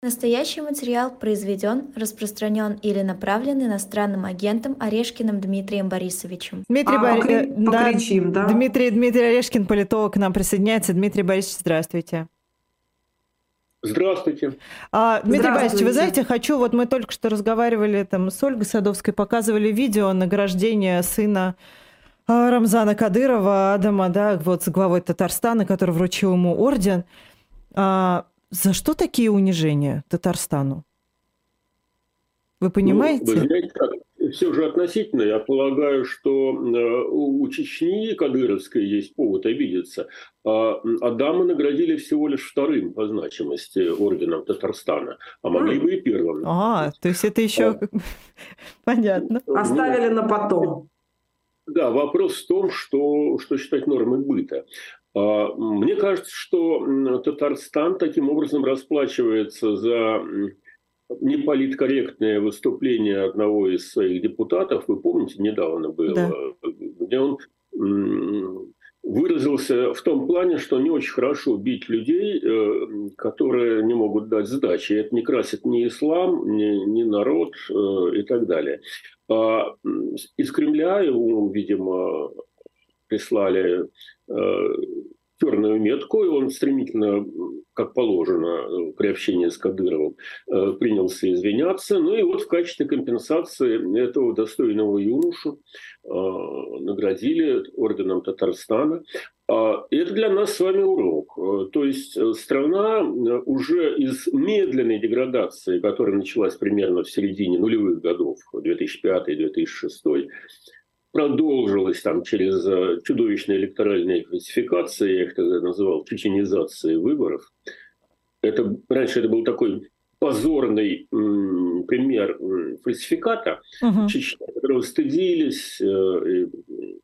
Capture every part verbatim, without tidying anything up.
Настоящий материал произведен, распространен или направлен иностранным агентом Орешкиным Дмитрием Борисовичем. Дмитрий А, Бори- покри- э, да, покричим, да? Дмитрий, Дмитрий Орешкин, политолог, к нам присоединяется. Дмитрий Борисович, здравствуйте. Здравствуйте. А, Дмитрий Борисович, вы Здравствуйте. знаете, хочу, вот мы только что разговаривали там с Ольгой Садовской, показывали видео награждения сына а, Рамзана Кадырова, Адама, да, вот с главой Татарстана, который вручил ему орден. А, за что такие унижения Татарстану? Вы понимаете? Ну, вы знаете, как, все же относительно. Я полагаю, что э, у Чечни кадыровской есть повод обидеться. А Адама наградили всего лишь вторым по значимости орденом Татарстана, а могли бы и первым. А, то есть это еще понятно. Оставили на потом. Да, вопрос в том, что, что считать нормой быта. А, Мне кажется, что м, Татарстан таким образом расплачивается за м, неполиткорректное выступление одного из своих депутатов. Вы помните, недавно было, Да. где он м, выразился в том плане, что не очень хорошо бить людей, э, которые не могут дать сдачи. Это не красит ни ислам, ни, ни народ э, и так далее. А, м, из Кремля ему, видимо, прислали э, черную метку, и он стремительно, как положено, при общении с Кадыровым, э, принялся извиняться. Ну и вот в качестве компенсации этого достойного юношу э, наградили орденом Татарстана. А, и это для нас с вами урок. Э, То есть э, страна э, уже из медленной деградации, которая началась примерно в середине нулевых годов, две тысячи пятый - две тысячи шестой, продолжилась там через э, чудовищные электоральные фальсификации, я их тогда называл чеченизацией выборов. Это, раньше это был такой позорный м, пример м, фальсификата, Мгм. Чечни, которого стыдились э, и,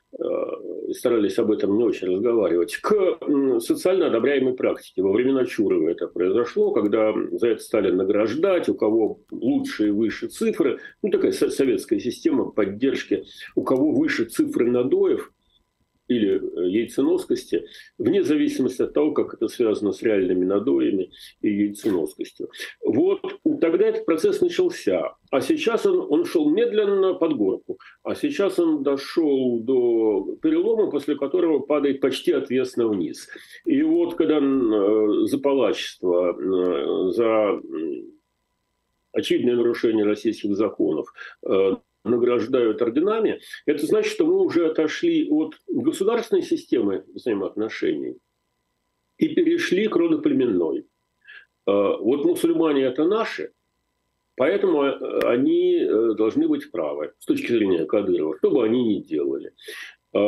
э, и старались об этом не очень разговаривать, к м, социально одобряемой практике. Во времена Чурова это произошло, когда за это стали награждать, у кого лучше и выше цифры. Ну, такая со- советская система поддержки. У кого выше цифры надоев или э, яйценоскости, вне зависимости от того, как это связано с реальными надоями и яйценоскостью. Вот тогда этот процесс начался. А сейчас он, он шел медленно под горку. А сейчас он дошел до перелома, после которого падает почти отвесно вниз. И вот когда э, за палачество, э, за м, очевидное нарушение российских законов э, награждают орденами, это значит, что мы уже отошли от государственной системы взаимоотношений и перешли к родоплеменной. Э, Вот мусульмане – это наши, поэтому э, они э, должны быть правы с точки зрения Кадырова, что бы они ни делали. Э,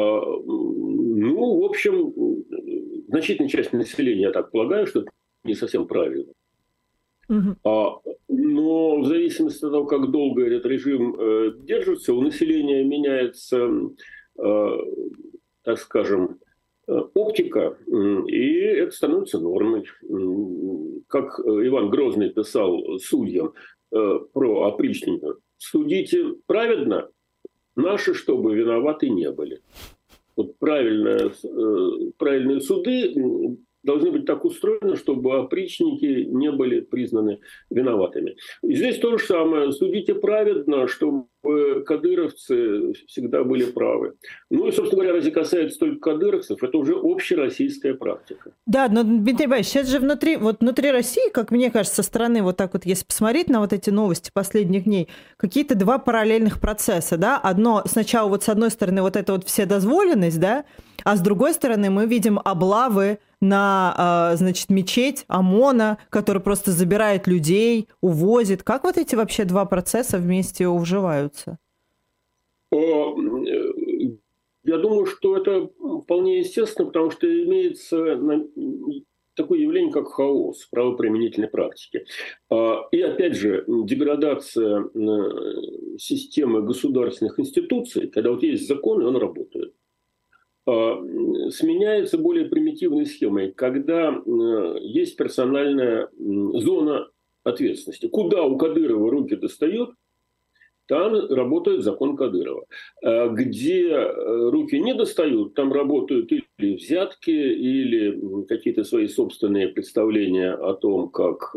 Ну, в общем, э, значительная часть населения, я так полагаю, что это не совсем правильно. Мгм. А, Но в зависимости от того, как долго этот режим э, держится, у населения меняется, э, так скажем, э, оптика, м, и это становится нормой. М, Как э, Иван Грозный писал судьям э, про опричника: «Судите праведно, наши, чтобы виноваты не были». Вот правильное, э, правильные суды м, должны быть так устроены, чтобы опричники не были признаны виноватыми. И здесь то же самое. Судите праведно, чтобы кадыровцы всегда были правы. Ну и, собственно говоря, разве касается только кадыровцев, это уже общероссийская практика. Да, но, Дмитрий Борисович, сейчас же внутри, вот внутри России, как мне кажется, со стороны, вот так вот, если посмотреть на вот эти новости последних дней, какие-то два параллельных процесса, да? Одно, сначала вот с одной стороны вот эта вот вседозволенность, да, а с другой стороны мы видим облавы на, а, значит, мечеть ОМОНа, который просто забирает людей, увозит. Как вот эти вообще два процесса вместе уживаются? О, э, Я думаю, что это вполне естественно, потому что имеется на- такое явление, как хаос правоприменительной практики. А, И опять же, деградация э, системы государственных институций, когда вот есть закон, и он работает, а, сменяется более примитивной схемой, когда э, есть персональная м, зона ответственности. Куда у Кадырова руки достают, там работает закон Кадырова. Где руки не достают, там работают или взятки, или какие-то свои собственные представления о том, как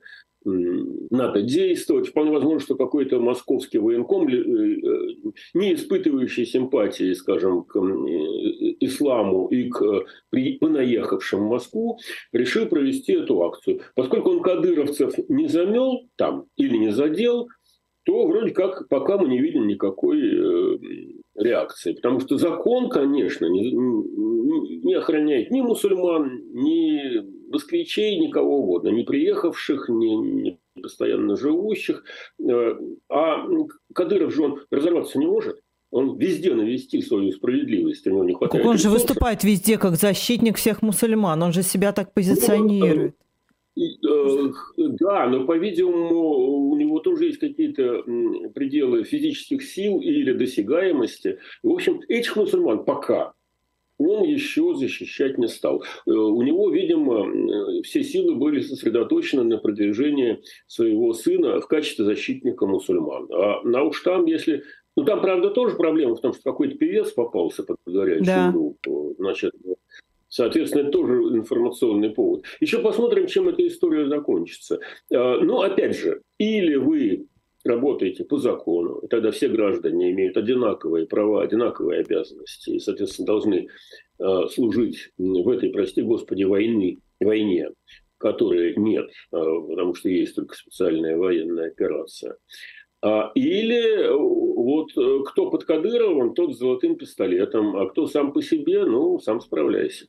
надо действовать. Вполне возможно, что какой-то московский военком, не испытывающий симпатии, скажем, к исламу и к понаехавшим в Москву, решил провести эту акцию. Поскольку он кадыровцев не замел там или не задел, то вроде как пока мы не видим никакой э, реакции. Потому что закон, конечно, не, не охраняет ни мусульман, ни москвичей, никого угодно, ни приехавших, ни, ни постоянно живущих. А Кадыров же он разорваться не может. Он везде навести свою справедливость, у него не хватает. Так он же ресурсов. выступает везде как защитник всех мусульман, он же себя так позиционирует. Да, но, по-видимому, у него тоже есть какие-то пределы физических сил или досягаемости. В общем, этих мусульман пока он еще защищать не стал. У него, видимо, все силы были сосредоточены на продвижении своего сына в качестве защитника мусульман. А, а уж там, если... Ну, там, правда, тоже проблема в том, что какой-то певец попался под горячую да. руку. Значит, соответственно, это тоже информационный повод. Еще посмотрим, чем эта история закончится. Но, опять же, или вы работаете по закону, и тогда все граждане имеют одинаковые права, одинаковые обязанности, и, соответственно, должны служить в этой, прости господи, войны, войне, которой нет, потому что есть только специальная военная операция. Или вот кто под Кадыровым, тот с золотым пистолетом, а кто сам по себе, ну, сам справляйся.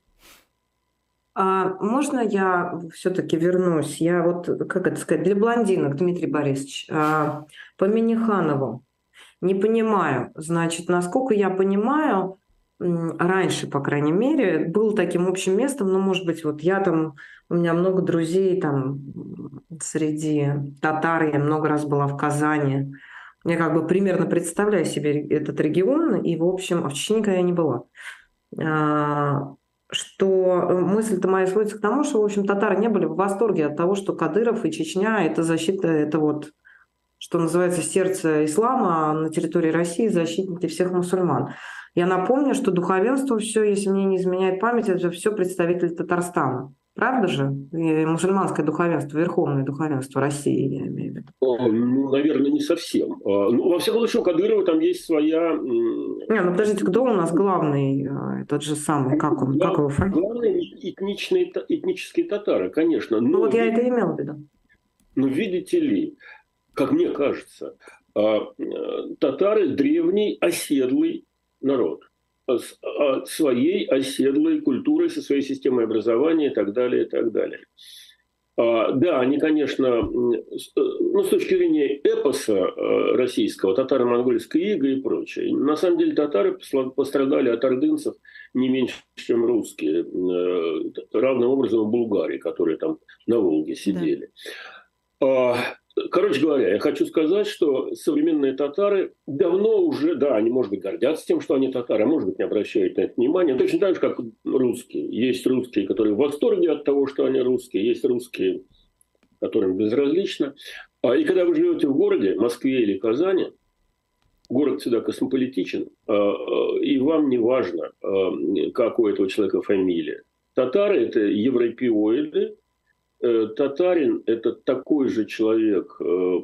А можно я все-таки вернусь? Я вот, как это сказать, для блондинок, Дмитрий Борисович, а, по Минниханову не понимаю. Значит, насколько я понимаю, раньше, по крайней мере, был таким общим местом, ну, может быть, вот я там, у меня много друзей там среди татар, я много раз была в Казани. Я как бы примерно представляю себе этот регион, и, в общем, а в Чечне никогда не была. Что мысль-то моя сводится к тому, что, в общем, татары не были в восторге от того, что Кадыров и Чечня – это защита, это вот, что называется, сердце ислама на территории России, защитники всех мусульман. Я напомню, что духовенство все, если мне не изменяет память, это все представители Татарстана. Правда же? И мусульманское духовенство, верховное духовенство России, я имею в виду. Ну, наверное, не совсем. Ну, во всяком случае, у Кадырова там есть своя... Не, ну подождите, кто у нас главный, этот же самый, как он, Глав... как его фамилия? Главные этничные, этнические татары, конечно. Но, ну вот я вид... это имел в виду. Но видите ли, как мне кажется, татары древний оседлый народ с своей оседлой культурой, со своей системой образования и так далее, и так далее. Да, они, конечно, ну, с точки зрения эпоса российского, татаро-монгольской ига и прочее, на самом деле татары пострадали от ордынцев не меньше, чем русские, равным образом и булгари, которые там на Волге сидели. Да. Короче говоря, я хочу сказать, что современные татары давно уже, да, они, может быть, гордятся тем, что они татары, а может быть, не обращают на это внимания. Точно так же, как русские. Есть русские, которые в восторге от того, что они русские, есть русские, которым безразлично. И когда вы живете в городе, Москве или Казани, город всегда космополитичен, и вам не важно, как у этого человека фамилия. Татары – это европеоиды. Татарин – это такой же человек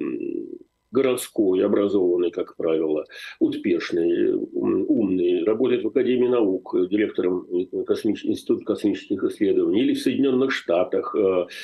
городской, образованный, как правило, успешный, умный, работает в Академии наук, директором космич... Института космических исследований, или в Соединенных Штатах,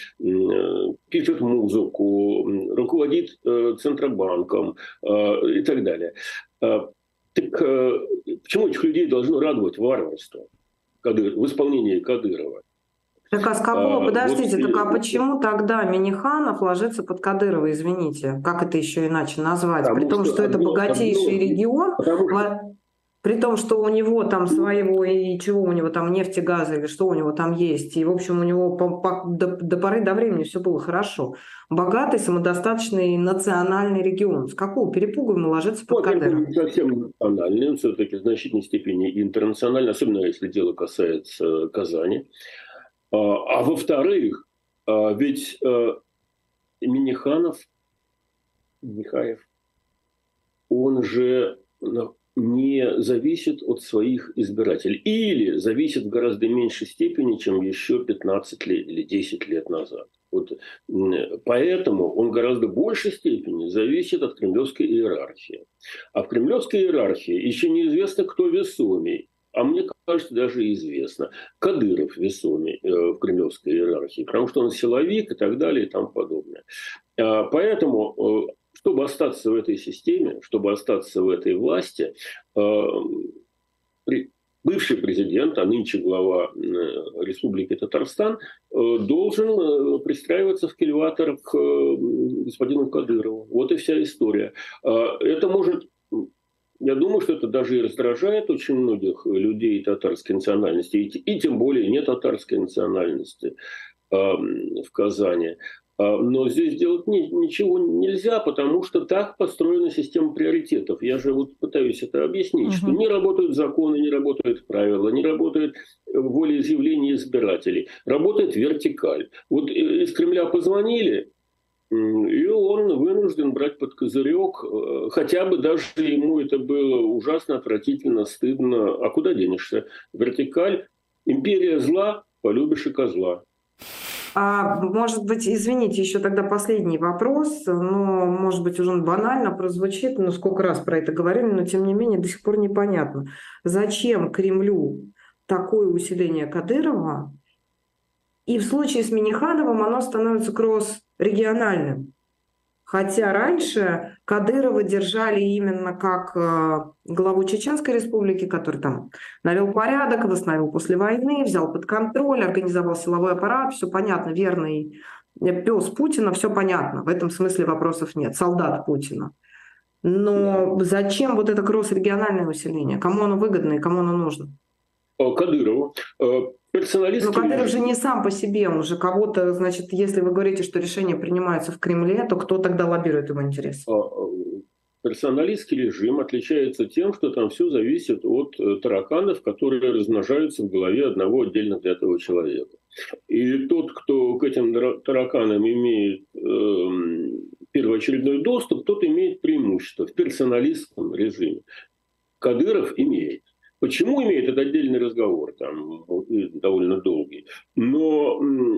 пишет музыку, руководит Центробанком и так далее. Так почему этих людей должно радовать варварство в исполнении Кадырова? Так а с какого, а, подождите, вот, так а почему тогда Минниханов ложится под Кадырова, извините? Как это еще иначе назвать? При том, что, что это одно, богатейший одно, регион, что... при том, что у него там своего, и чего у него там, нефти, газа, или что у него там есть. И, в общем, у него по, по, до, до поры до времени все было хорошо. Богатый, самодостаточный национальный регион. С какого перепугу ему ложится под ну, Кадырова? Не совсем национальный, он все-таки в значительной степени интернациональный, особенно если дело касается Казани. А, а во-вторых, а, ведь а, Минниханов, Минихаев, он же не зависит от своих избирателей. Или зависит в гораздо меньшей степени, чем еще пятнадцать лет или десять лет назад. Вот, поэтому он в гораздо большей степени зависит от кремлевской иерархии. А в кремлевской иерархии еще неизвестно, кто весомей. А мне кажется, даже известно. Кадыров весомей в кремлевской иерархии, потому что он силовик и так далее и тому подобное. Поэтому, чтобы остаться в этой системе, чтобы остаться в этой власти, бывший президент, а нынче глава Республики Татарстан, должен пристраиваться в кильватор к господину Кадырову. Вот и вся история. Это может... Я думаю, что это даже и раздражает очень многих людей татарской национальности, и, и тем более не татарской национальности э, в Казани. Но здесь делать ни, ничего нельзя, потому что так построена система приоритетов. Я же вот пытаюсь это объяснить, uh-huh. что не работают законы, не работают правила, не работает волеизъявление избирателей, работает вертикаль. Вот из Кремля позвонили, и он вынужден брать под козырек, хотя бы даже ему это было ужасно, отвратительно, стыдно. А куда денешься? Вертикаль, империя зла, полюбишь и козла. А, может быть, извините, еще тогда последний вопрос, но, может быть, уже он банально прозвучит, но сколько раз про это говорили, но, тем не менее, до сих пор непонятно. Зачем Кремлю такое усиление Кадырова? И в случае с Миннихановым оно становится кросс-региональным. Хотя раньше Кадырова держали именно как э, главу Чеченской республики, который там навел порядок, восстановил после войны, взял под контроль, организовал силовой аппарат, все понятно, верный пес Путина, все понятно, в этом смысле вопросов нет, солдат Путина. Но зачем вот это кросс-региональное усиление? Кому оно выгодно и кому оно нужно? Кадырову. Но Кадыров же не сам по себе, он же кого-то, значит, если вы говорите, что решения принимаются в Кремле, то кто тогда лоббирует его интересы? Персоналистский режим отличается тем, что там все зависит от тараканов, которые размножаются в голове одного отдельно взятого человека. И тот, кто к этим тараканам имеет э, первоочередной доступ, тот имеет преимущество в персоналистском режиме. Кадыров имеет. Почему имеет, это отдельный разговор, там, довольно долгий. Но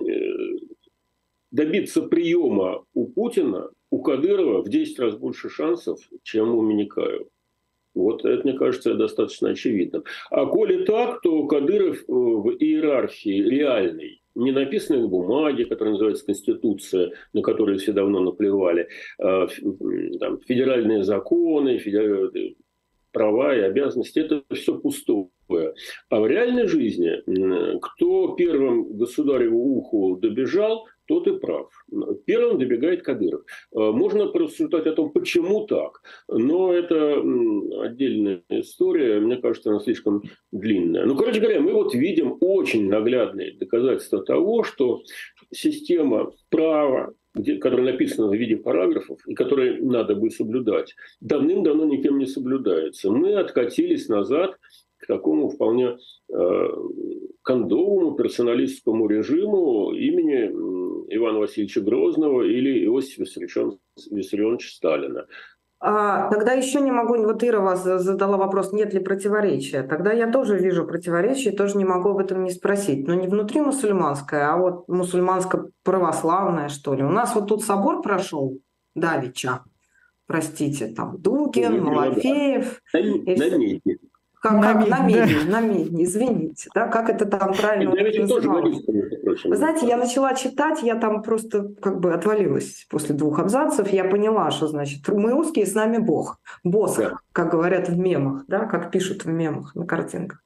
добиться приема у Путина, у Кадырова в десять раз больше шансов, чем у Минникаева. Вот это, мне кажется, достаточно очевидно. А коли так, то Кадыров в иерархии реальной, не написанной на бумаге, которая называется Конституция, на которую все давно наплевали, там, федеральные законы, федеральные права и обязанности, это все пустое. А в реальной жизни, кто первым к государеву уху добежал, тот и прав. Первым добегает Кадыров. Можно порассуждать о том, почему так, но это отдельная история, мне кажется, она слишком длинная. Ну, короче говоря, мы вот видим очень наглядные доказательства того, что система права, которая написана в виде параграфов и которые надо бы соблюдать, давным-давно никем не соблюдается. Мы откатились назад к такому вполне э, кондовому персоналистскому режиму имени Ивана Васильевича Грозного или Иосифа Виссарионовича Сталина. А, тогда еще не могу, вот Ира вас задала вопрос, нет ли противоречия. Тогда я тоже вижу противоречия, тоже не могу об этом не спросить. Но не внутри мусульманское, а вот мусульманско-православное, что ли. У нас вот тут собор прошел давеча, простите, там Дугин, Малафеев. Намедни. Как, как на медне, на медне, извините, да, как это там правильно называлось. Вы знаете, я начала читать, я там просто как бы отвалилась после двух абзацев, я поняла, что значит мы русские, с нами Бог, босс, да. Как говорят в мемах, да, как пишут в мемах на картинках.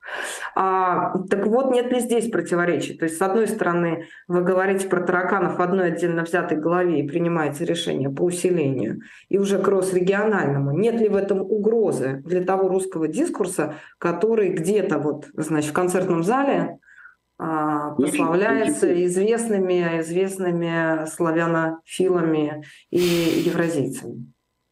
А, так вот, нет ли здесь противоречий? То есть, с одной стороны, вы говорите про тараканов в одной отдельно взятой голове и принимаете решение по усилению, и уже кросс-региональному. Нет ли в этом угрозы для того русского дискурса, который где-то вот, значит, в концертном зале а, прославляется известными, известными славянофилами и евразийцами?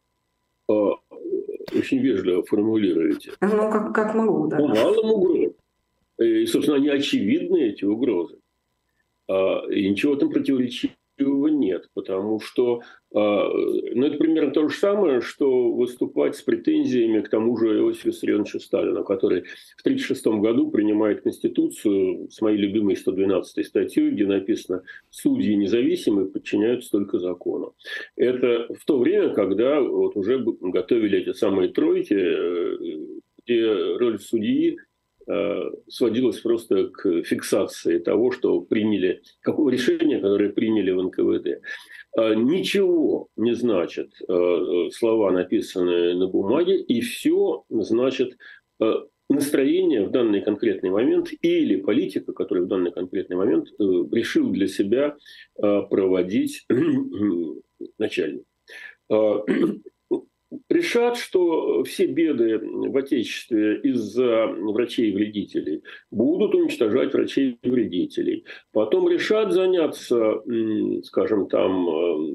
Очень вежливо формулируете. Ну, как, как могу, да. Ну, мало угроз. И, собственно, они очевидны, эти угрозы. И ничего там противоречивого нет, потому что ну, это примерно то же самое, что выступать с претензиями к тому же Иосифу Виссарионовичу Сталину, который в тысяча девятьсот тридцать шестом году принимает Конституцию с моей любимой сто двенадцатой статьей, где написано «Судьи независимые подчиняются только закону». Это в то время, когда вот уже готовили эти самые тройки, где роль судьи сводилась просто к фиксации того, что приняли, какого решения, которое приняли в эн ка вэ дэ. Ничего не значит слова, написанные на бумаге, и все значит настроение в данный конкретный момент или политика, которая в данный конкретный момент решил для себя проводить начальник. Решат, что все беды в Отечестве из-за врачей-вредителей будут уничтожать врачей-вредителей. Потом решат заняться, скажем, там,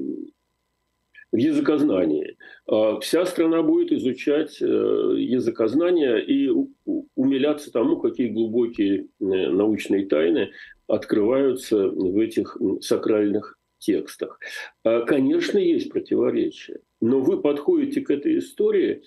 в языкознании. Вся страна будет изучать языкознание и умиляться тому, какие глубокие научные тайны открываются в этих сакральных текстах. Конечно, есть противоречия, но вы подходите к этой истории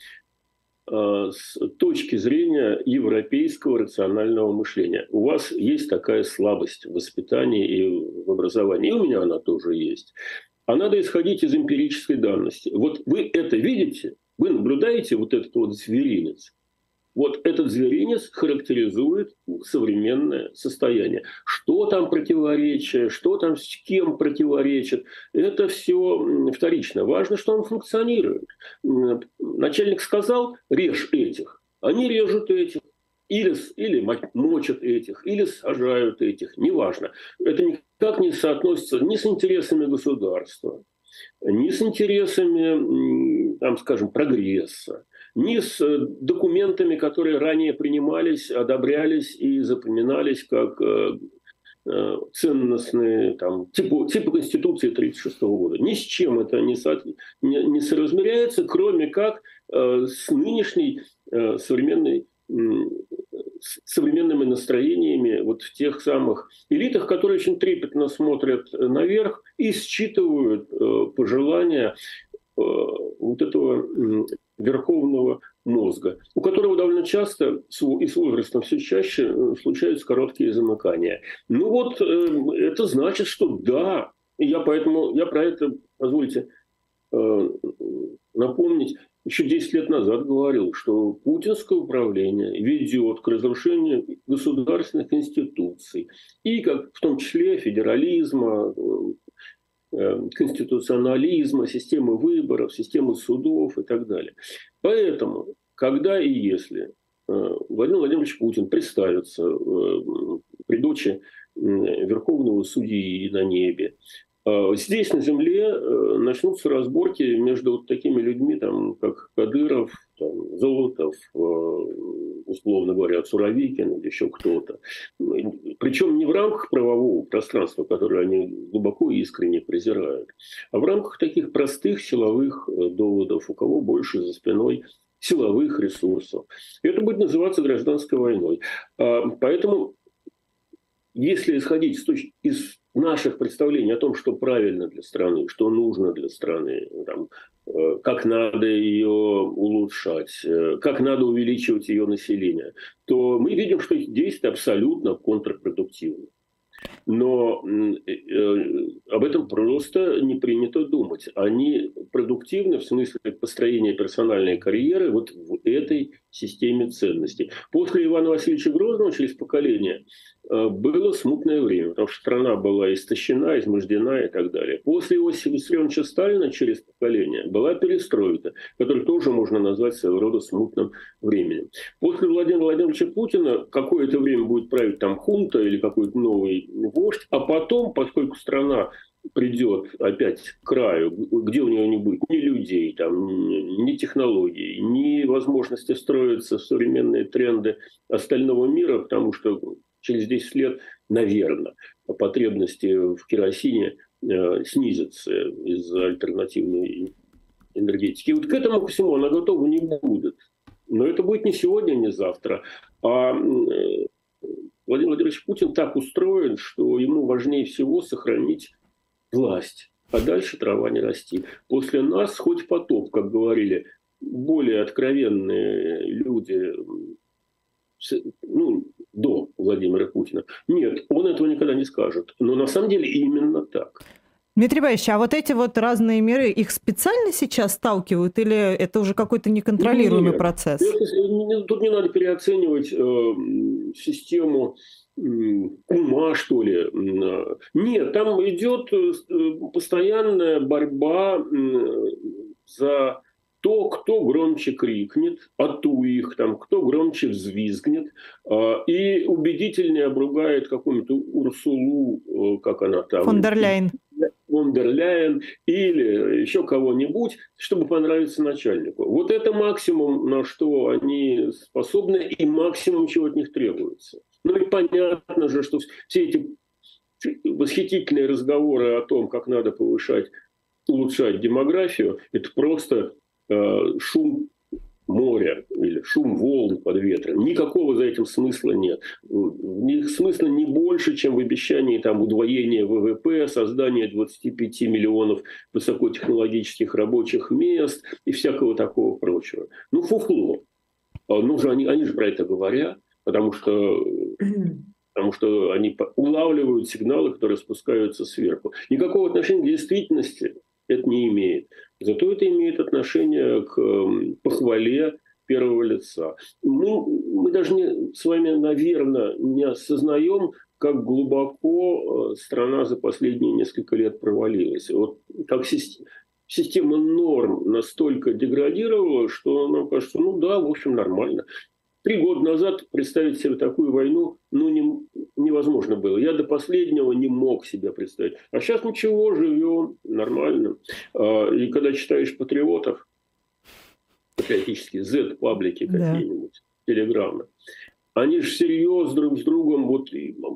с точки зрения европейского рационального мышления. У вас есть такая слабость в воспитании и в образовании, и у меня она тоже есть. А надо исходить из эмпирической данности. Вот вы это видите, вы наблюдаете вот этот вот зверинец. Вот этот зверинец характеризует современное состояние. Что там противоречие, что там с кем противоречит, это все вторично. Важно, что он функционирует. Начальник сказал, режь этих, они режут этих. Или, или мочат этих, или сажают этих, неважно. Это никак не соотносится ни с интересами государства, ни с интересами, там, скажем, прогресса, ни с документами, которые ранее принимались, одобрялись и запоминались как э, ценностные, там, типа, типа Конституции тысяча девятьсот тридцать шестого года. Ни с чем это не, со, не, не соразмеряется, кроме как э, с нынешней э, современной современными настроениями вот в тех самых элитах, которые очень трепетно смотрят наверх и считывают э, пожелания э, вот этого э, верховного мозга, у которого довольно часто и с возрастом все чаще случаются короткие замыкания. Ну вот э, это значит, что да, и я поэтому я про это, позвольте э, напомнить, еще десять лет назад говорил, что путинское управление ведет к разрушению государственных институций, и как, в том числе федерализма, конституционализма, системы выборов, системы судов и так далее. Поэтому, когда и если Владимир Владимирович Путин представится при дочи верховного судьи на небе, здесь, на земле, начнутся разборки между вот такими людьми, там, как Кадыров, там, Золотов, условно говоря, Суровикин или еще кто-то. Причем не в рамках правового пространства, которое они глубоко и искренне презирают, а в рамках таких простых силовых доводов, у кого больше за спиной силовых ресурсов. И это будет называться гражданской войной. Поэтому, если исходить из, точки, из наших представлений о том, что правильно для страны, что нужно для страны, там, как надо ее улучшать, как надо увеличивать ее население, то мы видим, что эти действия абсолютно контрпродуктивны. Но э, об этом просто не принято думать. Они продуктивны в смысле построения персональной карьеры вот в этой системе ценностей. После Ивана Васильевича Грозного через поколение э, было смутное время, потому что страна была истощена, измождена и так далее. После Иосифа Виссарионовича Сталина через поколение была перестройка, которую тоже можно назвать своего рода смутным временем. После Владимира Владимировича Путина какое-то время будет править там хунта или какой-то новый вождь, а потом, поскольку страна придет опять к краю, где у нее не будет ни людей, там, ни технологий, ни возможности встроиться в современные тренды остального мира, потому что через десять лет, наверное, потребности в керосине э, снизятся из-за альтернативной энергетики. И вот к этому ко всему она готова не будет. Но это будет не сегодня, не завтра, а э, Владимир Владимирович Путин так устроен, что ему важнее всего сохранить власть, а дальше трава не расти. После нас хоть потоп, как говорили более откровенные люди, ну, до Владимира Путина. Нет, он этого никогда не скажет. Но на самом деле именно так. Дмитрий Борисович, а вот эти вот разные миры, их специально сейчас сталкивают или это уже какой-то неконтролируемый Нет, процесс? Это, тут не надо переоценивать э, систему э, ума, что ли. Нет, там идет постоянная борьба э, за то, кто громче крикнет, ату их, там, кто громче взвизгнет, э, и убедительнее обругает какую-нибудь Урсулу, э, как она там... Фон дер Ляйен. Фон дер Ляйен или еще кого-нибудь, чтобы понравиться начальнику. Вот это максимум, на что они способны, и максимум, чего от них требуется. Ну и понятно же, что все эти восхитительные разговоры о том, как надо повышать, улучшать демографию, это просто э, шум моря или шум волн под ветром. Никакого за этим смысла нет. В них смысла не больше, чем в обещании там, удвоения вэ вэ пэ, создания двадцати пяти миллионов высокотехнологических рабочих мест и всякого такого прочего. Ну, фуфло. Ну, же они, они же про это говорят, потому что, потому что они улавливают сигналы, которые спускаются сверху. Никакого отношения к действительности это не имеет. Зато это имеет отношение к похвале первого лица. Мы, мы даже не, с вами, наверное, не осознаем, как глубоко страна за последние несколько лет провалилась. Вот как система, система норм настолько деградировала, что нам кажется, ну да, в общем, нормально. Три года назад представить себе такую войну ну, не, невозможно было. Я до последнего не мог себе представить. А сейчас ничего, живем нормально. И когда читаешь патриотов, патриотические Z-паблики какие-нибудь, телеграммы, они же всерьез друг с другом вот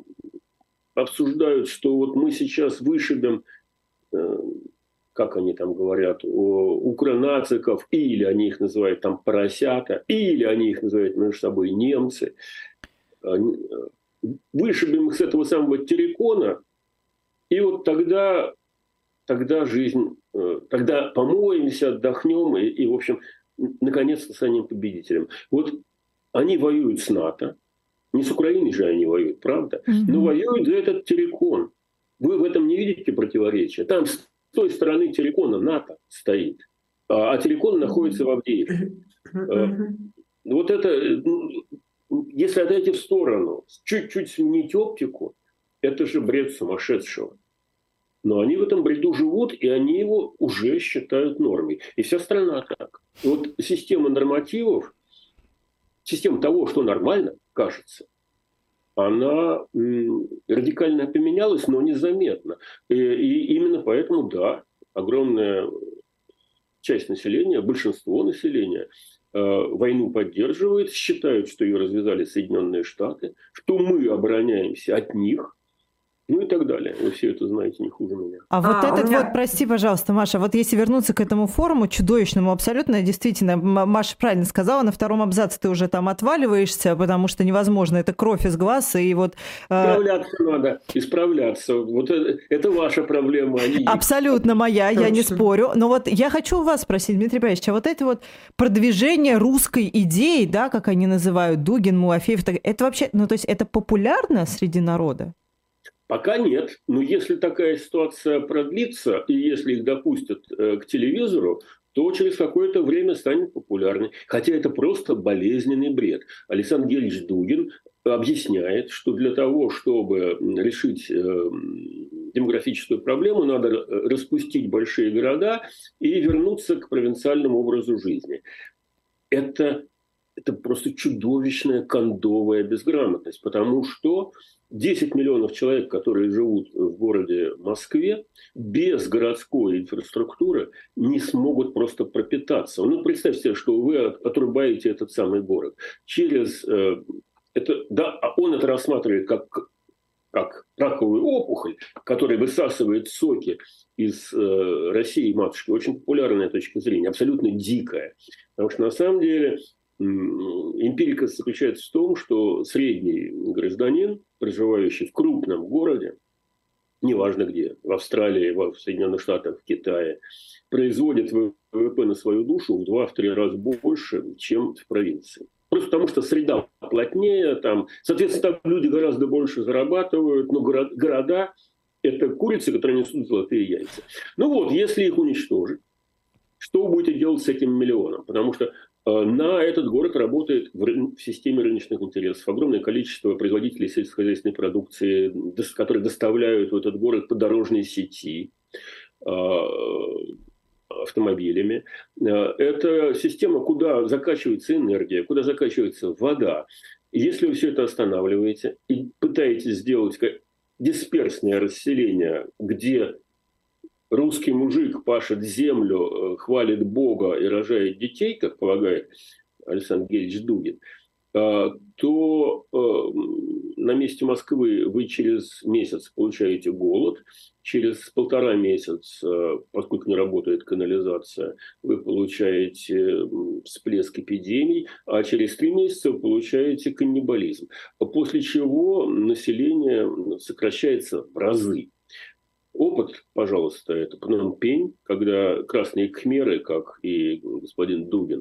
обсуждают, что вот мы сейчас вышибем, как они там говорят, укронациков, или они их называют там поросята, или они их называют между собой немцы. Вышибем их с этого самого террикона, и вот тогда, тогда жизнь, тогда помоемся, отдохнем, и, и в общем, наконец-то станем победителем. Вот они воюют с НАТО, не с Украиной же они воюют, правда? Mm-hmm. Но воюют за этот террикон. Вы в этом не видите противоречия? Там с той стороны террикона НАТО стоит, а террикон находится в Авдеевке. Вот это, если отойти в сторону, чуть-чуть сменить оптику, это же бред сумасшедшего. Но они в этом бреду живут, и они его уже считают нормой. И вся страна так. Вот система нормативов, система того, что нормально, кажется, она радикально поменялась, но незаметно. И, и именно поэтому, да, огромная часть населения, большинство населения э, войну поддерживает, считают, что ее развязали Соединенные Штаты, что мы обороняемся от них. Ну и так далее. Вы все это знаете не хуже меня. А, а вот этот меня... вот, прости, пожалуйста, Маша, вот если вернуться к этому форуму чудовищному абсолютно, действительно, Маша правильно сказала, на втором абзаце ты уже там отваливаешься, потому что невозможно, это кровь из глаз, и вот... Исправляться э... надо, исправляться. Вот это, это ваша проблема, а не... Абсолютно моя, я не спорю. Но вот я хочу у вас спросить, Дмитрий Борисович, а вот это вот продвижение русской идеи, да, как они называют, Дугин, Муафеев, это вообще, ну то есть это популярно среди народа? Пока нет, но если такая ситуация продлится, и если их допустят э, к телевизору, то через какое-то время станет популярной. Хотя это просто болезненный бред. Александр Гельевич Дугин объясняет, что для того, чтобы решить э, демографическую проблему, надо распустить большие города и вернуться к провинциальному образу жизни. Это, это просто чудовищная кондовая безграмотность, потому что десять миллионов человек, которые живут в городе Москве, без городской инфраструктуры не смогут просто пропитаться. Ну, представьте себе, что вы отрубаете этот самый город. Через это, да, он это рассматривает как, как раковую опухоль, которая высасывает соки из э, России матушки. Очень популярная точка зрения, абсолютно дикая. Потому что на самом деле эмпирика заключается в том, что средний гражданин, проживающий в крупном городе, неважно где, в Австралии, в Соединенных Штатах, в Китае, производят ВВП на свою душу в два-три раза больше, чем в провинции. Просто потому, что среда плотнее, там, соответственно, там люди гораздо больше зарабатывают, но город, города – это курицы, которые несут золотые яйца. Ну вот, если их уничтожить, что вы будете делать с этим миллионом? Потому что э, на этот город работает в, ры- в системе рыночных интересов огромное количество производителей сельскохозяйственной продукции, дос- которые доставляют в этот город по дорожной сети, э, автомобилями. Это система, куда закачивается энергия, куда закачивается вода. Если вы все это останавливаете и пытаетесь сделать дисперсное расселение, где русский мужик пашет землю, хвалит Бога и рожает детей, как полагает Александр Герич Дугин, то на месте Москвы вы через месяц получаете голод, через полтора месяца, поскольку не работает канализация, вы получаете всплеск эпидемий, а через три месяца вы получаете каннибализм, после чего население сокращается в разы. Опыт, пожалуйста, это Пномпень, когда красные кхмеры, как и господин Дугин,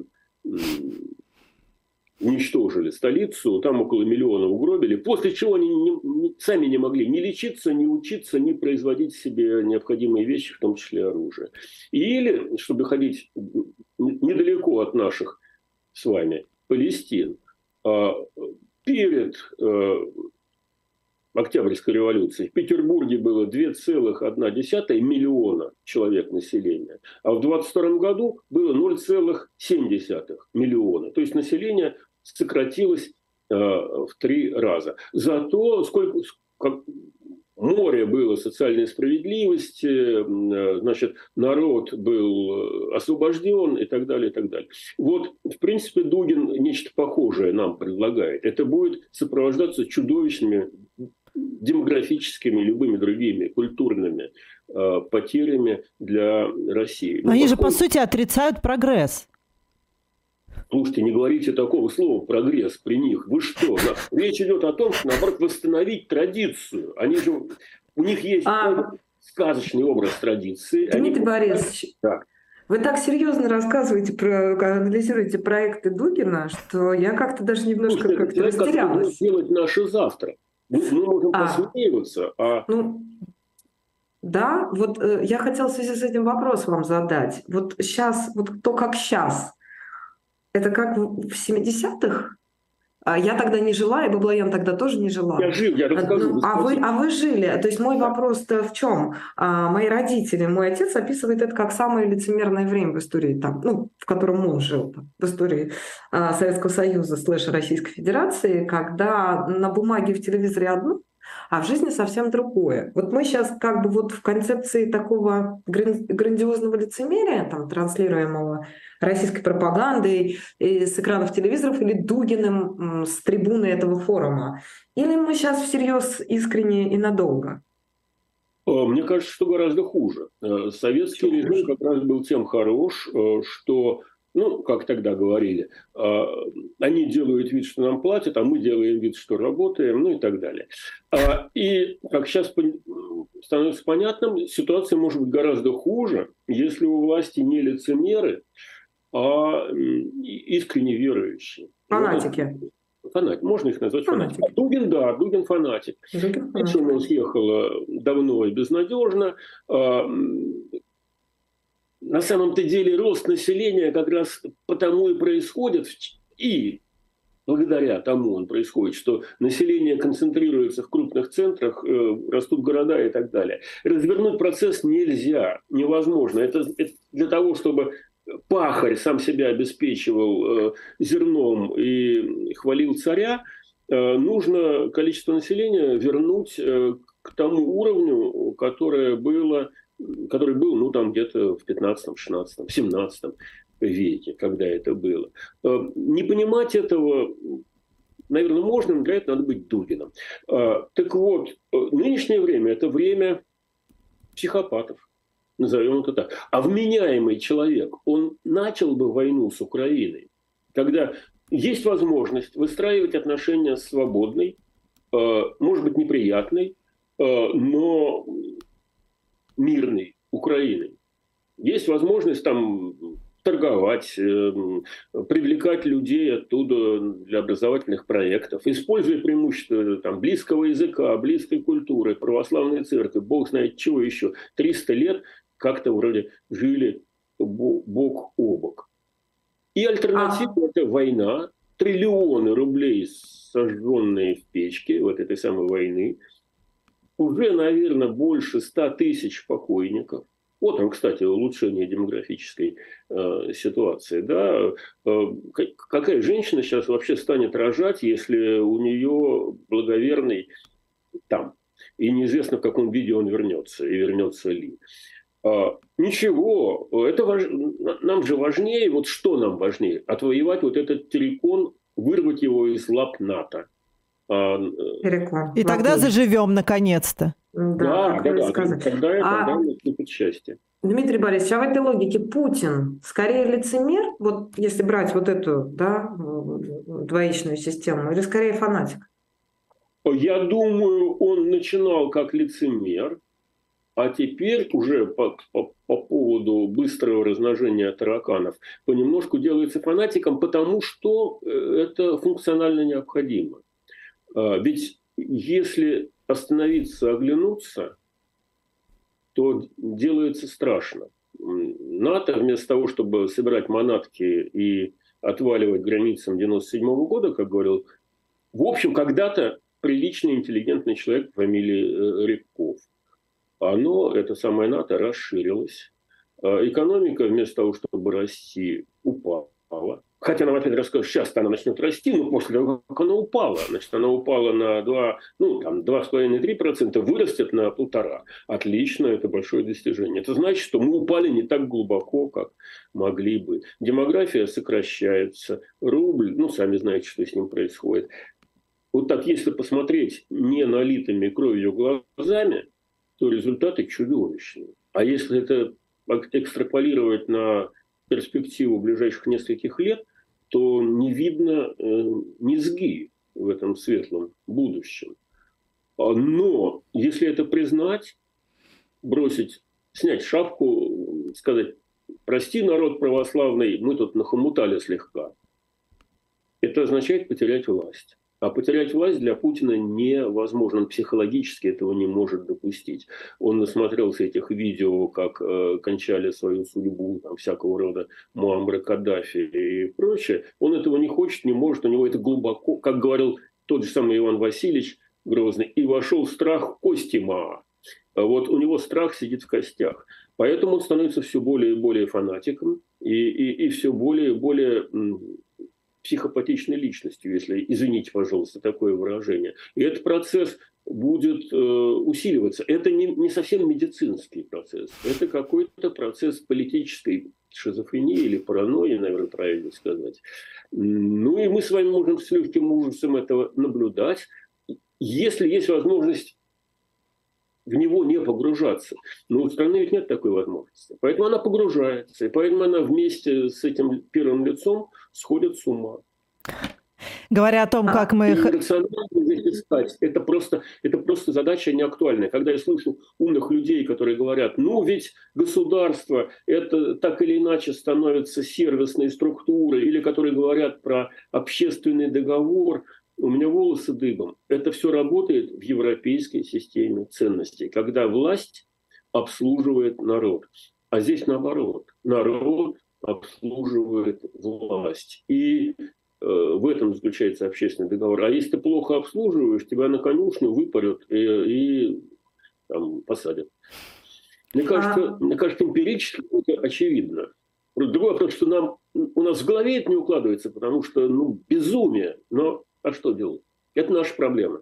уничтожили столицу, там около миллиона угробили, после чего они не, не, сами не могли ни лечиться, ни учиться, ни производить себе необходимые вещи, в том числе оружие. Или, чтобы ходить недалеко от наших с вами Палестин, перед Октябрьской революцией в Петербурге было два целых одна десятая миллиона человек населения, а в двадцать втором году было ноль целых семь десятых миллиона. То есть население сократилось э, в три раза. Зато сколько как, море было социальной справедливости, э, значит, народ был освобожден и так далее, и так далее. Вот, в принципе, Дугин нечто похожее нам предлагает. Это будет сопровождаться чудовищными демографическими, любыми другими культурными э, потерями для России. Но они поскольку... же, по сути, отрицают прогресс. Слушайте, не говорите такого слова «прогресс» при них. Вы что? Речь идет о том, что, наоборот, восстановить традицию. Они же, у них есть а... сказочный образ традиции. Дмитрий Они... Борисович, так. Вы так серьезно рассказываете, про, анализируете проекты Дугина, что я как-то даже немножко Слушайте, как-то растерялась. Что делать наше завтра? Мы, мы можем а, посмеиваться, а... Ну, да, вот э, я хотела в связи с этим вопрос вам задать. Вот сейчас, вот то, как сейчас, это как в семидесятых? Я тогда не жила, и Баблоян тогда тоже не жила. Я жил, я расскажу. Ну, а, вы, а вы жили. То есть мой вопрос-то в чем? А, мои родители, мой отец описывает это как самое лицемерное время в истории, там, ну, в котором он жил, там, в истории а, Советского Союза слэш Российской Федерации, когда на бумаге в телевизоре одно, а в жизни совсем другое. Вот мы сейчас как бы вот в концепции такого грандиозного лицемерия, там, транслируемого российской пропагандой с экранов телевизоров или Дугиным с трибуны этого форума, или мы сейчас всерьез искренне и надолго? Мне кажется, что гораздо хуже. Советский режим как раз был тем хорош, что, ну, как тогда говорили, они делают вид, что нам платят, а мы делаем вид, что работаем, ну и так далее. И, как сейчас становится понятным, ситуация может быть гораздо хуже, если у власти не лицемеры, а искренне верующие. Фанатики. Фанатик, можно их назвать фанатиками. Фанатик. Дугин, да, Дугин фанатик. Причем съехала давно и безнадежно. На самом-то деле рост населения как раз потому и происходит, и благодаря тому он происходит, что население концентрируется в крупных центрах, растут города и так далее. Развернуть процесс нельзя, невозможно. Это, это для того, чтобы пахарь сам себя обеспечивал зерном и хвалил царя, нужно количество населения вернуть к тому уровню, которое было, который был, ну, там где-то в пятнадцатом, шестнадцатом, семнадцатом веке, когда это было. Не понимать этого, наверное, можно, но для этого надо быть Дугиным. Так вот, нынешнее время – это время психопатов. Назовем это так. А вменяемый человек, он начал бы войну с Украиной, когда есть возможность выстраивать отношения с свободной, может быть, неприятной, но мирной Украины. Есть возможность там торговать, привлекать людей оттуда для образовательных проектов, используя преимущества там, близкого языка, близкой культуры, православной церкви, бог знает чего еще. триста лет как-то вроде жили бок о бок. И альтернатива – это война, триллионы рублей, сожженные в печке вот этой самой войны, уже, наверное, больше ста тысяч покойников. Вот он, кстати, улучшение демографической э, ситуации. Да? Э, какая женщина сейчас вообще станет рожать, если у нее благоверный там, и неизвестно, в каком виде он вернется, и вернется ли. Э, ничего, это важ... нам же важнее, вот что нам важнее? Отвоевать вот этот террикон, вырвать его из лап НАТО. Террикон. И тогда заживем наконец-то. Да, да, да, да. Тогда, а... тогда наступит счастье. Дмитрий Борисович, а в этой логике Путин скорее лицемер, вот если брать вот эту, да, двоичную систему, или скорее фанатик? Я думаю, он начинал как лицемер, а теперь уже по, по, по поводу быстрого размножения тараканов понемножку делается фанатиком, потому что это функционально необходимо. Ведь если остановиться, оглянуться, то делается страшно. НАТО вместо того, чтобы собирать манатки и отваливать границам девяносто седьмого года, как говорил, в общем, когда-то приличный, интеллигентный человек по фамилии Рябков, оно, это самое НАТО, расширилось. Экономика вместо того, чтобы расти, упала. Хотя нам опять расскажут, сейчас она начнет расти, но после того, как она упала, значит, она упала на два, ну, там, два с половиной - три процента, вырастет на полтора. Отлично, это большое достижение. Это значит, что мы упали не так глубоко, как могли бы. Демография сокращается, рубль, ну, сами знаете, что с ним происходит. Вот так, если посмотреть не налитыми кровью глазами, то результаты чудовищные. А если это экстраполировать на перспективу ближайших нескольких лет, то не видно э, низги в этом светлом будущем. Но если это признать, бросить, снять шапку, сказать, прости, народ православный, мы тут нахомутали слегка, это означает потерять власть. А потерять власть для Путина невозможно. Он психологически этого не может допустить. Он насмотрелся этих видео, как э, кончали свою судьбу там, всякого рода Муаммар Каддафи и прочее. Он этого не хочет, не может. У него это глубоко, как говорил тот же самый Иван Васильевич Грозный, и вошел страх в кости Маа. Вот у него страх сидит в костях. Поэтому он становится все более и более фанатиком и, и, и все более и более психопатичной личностью, если, извините, пожалуйста, такое выражение. И этот процесс будет э, усиливаться. Это не, не совсем медицинский процесс. Это какой-то процесс политической шизофрении или паранойи, наверное, правильно сказать. Ну и мы с вами можем с легким ужасом этого наблюдать, если есть возможность в него не погружаться. Но у страны ведь нет такой возможности. Поэтому она погружается. И поэтому она вместе с этим первым лицом сходит с ума. Говоря о том, а, как мы... Это просто, это просто задача неактуальная. Когда я слышу умных людей, которые говорят, ну ведь государство это так или иначе становится сервисной структурой, или которые говорят про общественный договор, у меня волосы дыбом. Это все работает в европейской системе ценностей, когда власть обслуживает народ. А здесь наоборот. Народ обслуживает власть. И э, в этом заключается общественный договор. А если ты плохо обслуживаешь, тебя на конюшню выпарят и, и там, посадят. Мне кажется, а... мне кажется, эмпирически это очевидно. Другой вопрос, что нам, у нас в голове это не укладывается, потому что ну, безумие. Но а что делать? Это наша проблема.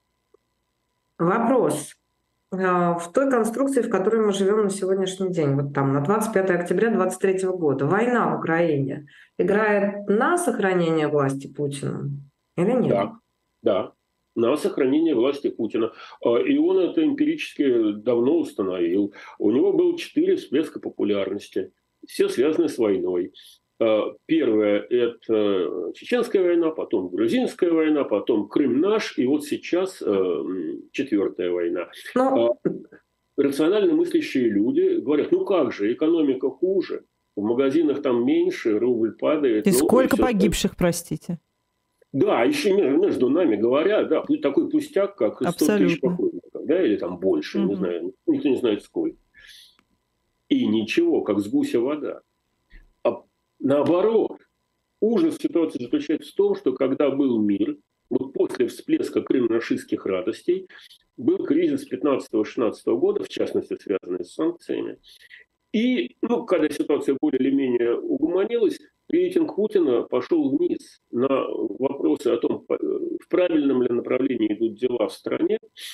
Вопрос. В той конструкции, в которой мы живем на сегодняшний день, вот там на двадцать пятое октября две тысячи двадцать третьего года, война в Украине играет на сохранение власти Путина или нет? Да, да, на сохранение власти Путина. И он это эмпирически давно установил. У него было четыре всплеска популярности. Все связаны с войной. Первая – это Чеченская война, потом Грузинская война, потом Крым наш, и вот сейчас четвертая война. Но... Рационально мыслящие люди говорят, ну как же, экономика хуже, в магазинах там меньше, рубль падает. И ну, сколько и погибших, простите? Да, еще между нами говоря, да, такой пустяк, как сто тысяч покойников, да, или там больше, угу. не знаю, никто не знает сколько. И ничего, как с гуся вода. А наоборот, ужас ситуации заключается в том, что когда был мир, вот после всплеска крымно-рашистских радостей, был кризис пятнадцатого-шестнадцатого года, в частности, связанный с санкциями. И, ну, когда ситуация более или менее угомонилась, рейтинг Путина пошел вниз на вопросы о том, в правильном ли направлении идут дела в стране.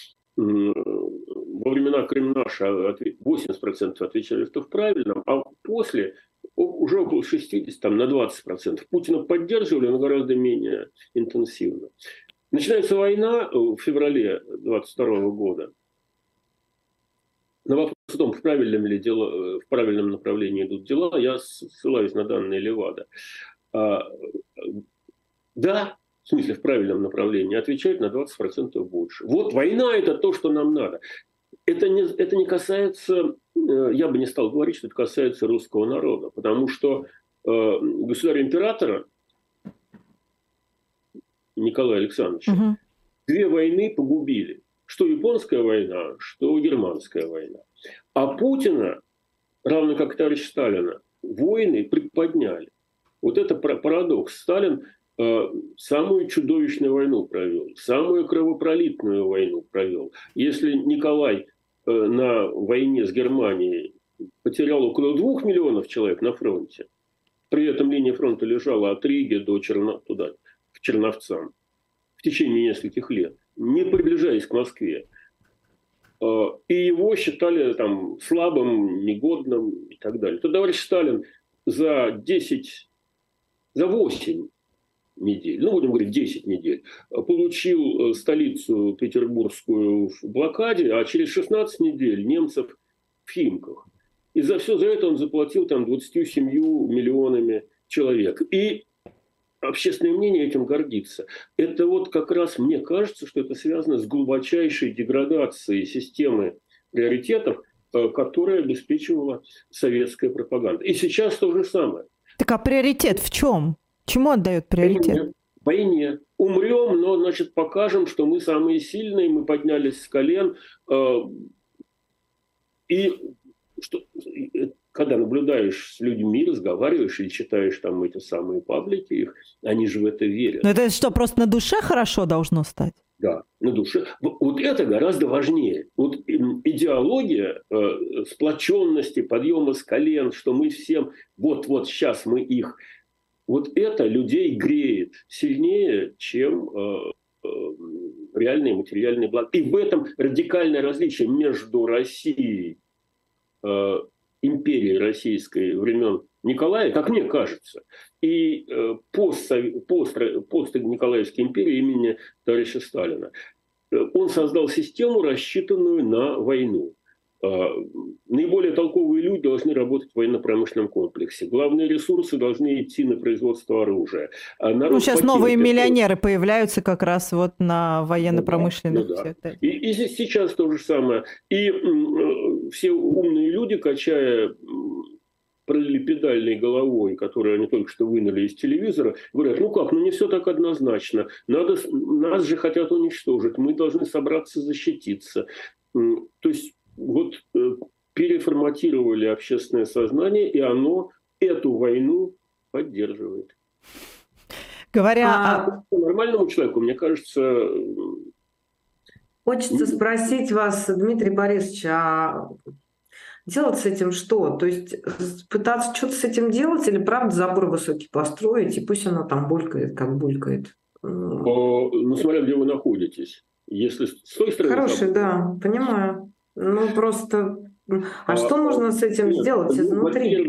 Во времена Крым наша восемьдесят процентов отвечали, что в правильном, а после уже около шестьдесят, там, на двадцать процентов. Путина поддерживали, но гораздо менее интенсивно. Начинается война в феврале двадцать второго года. На вопрос о том, в правильном ли дело, в правильном направлении идут дела, я ссылаюсь на данные Левада. А, да, в смысле в правильном направлении, отвечают на двадцать процентов больше. Вот война – это то, что нам надо. Это не, это не касается, я бы не стал говорить, что это касается русского народа, потому что э, государя-императора Николая Александровича угу. две войны погубили. Что японская война, что германская война. А Путина, равно как товарищ Сталина, войны приподняли. Вот это парадокс. Сталин э, самую чудовищную войну провел, самую кровопролитную войну провел. Если Николай э, на войне с Германией потерял около двух миллионов человек на фронте, при этом линия фронта лежала от Риги до Черно, туда, к Черновцам в течение нескольких лет, не приближаясь к Москве. И его считали там слабым, негодным и так далее. То товарищ Сталин за десять, за восемь недель, ну будем говорить десять недель, получил столицу петербургскую в блокаде, а через шестнадцать недель немцев в Химках. И за все за это он заплатил там двадцатью семью миллионами человек. И общественное мнение этим гордится. Это вот как раз, мне кажется, что это связано с глубочайшей деградацией системы приоритетов, которая обеспечивала советская пропаганда. И сейчас то же самое. Так а приоритет в чем? Чему отдает приоритет? В войне. Умрем, но, значит, покажем, что мы самые сильные, мы поднялись с колен. И что... Когда наблюдаешь с людьми, разговариваешь или читаешь там эти самые паблики их, они же в это верят. Но это что, просто на душе хорошо должно стать? Да, на душе. Вот это гораздо важнее. Вот идеология э, сплоченности, подъема с колен, что мы всем, вот-вот сейчас мы их, вот это людей греет сильнее, чем э, э, реальные материальные блага. И в этом радикальное различие между Россией, э, империи российской времен Николая, как мне кажется, и э, пост, пост, пост Николаевской империи имени товарища Сталина. Он создал систему, рассчитанную на войну. Э, наиболее толковые люди должны работать в военно-промышленном комплексе. Главные ресурсы должны идти на производство оружия. А ну, сейчас новые миллионеры это... появляются как раз вот на военно-промышленных. Ну, да, ну, да. И, и сейчас то же самое. И э, все умные люди, качая параллелепипедальной головой, которую они только что вынули из телевизора, говорят, ну как, ну не все так однозначно. Надо, нас же хотят уничтожить, мы должны собраться защититься. То есть вот э, переформатировали общественное сознание, и оно эту войну поддерживает. Говоря а... о... нормальному человеку, мне кажется... Хочется спросить вас, Дмитрий Борисович, а делать с этим что? То есть пытаться что-то с этим делать или правда забор высокий построить, и пусть оно там булькает, как булькает? О, ну, смотря где вы находитесь. Если с той стороны... Хороший, да, понимаю. Ну, просто... А, а что можно с этим нет, сделать изнутри?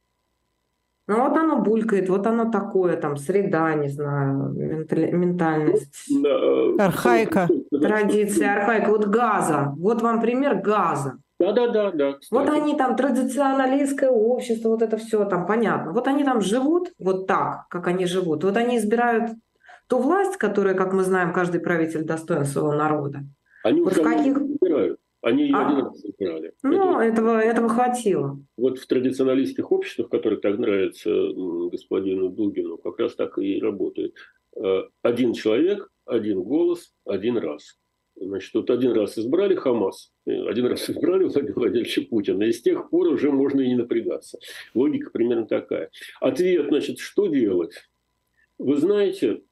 Ну, вот оно булькает, вот оно такое, там, среда, не знаю, ментальность. Архаика. Традиция, архаика. Вот газа. Вот вам пример газа. Да-да-да, да, Вот кстати. они там, традиционалистское общество, вот это все там понятно. Вот они там живут вот так, как они живут. Вот они избирают ту власть, которая, как мы знаем, каждый правитель достоин своего народа. Они Вот уж в давно каких... не избирают. Они ее один А? раз избирали. Это Ну, вот, этого, этого хватило. вот в традиционалистских обществах, которые так нравятся м, господину Дугину, как раз так и работает. Э, Один человек, один голос, один раз. Значит, вот один раз избрали Хамас, э, один раз избрали Владимира Владимировича Путина, и с тех пор уже можно и не напрягаться. Логика примерно такая. Ответ, значит, что делать? Вы знаете,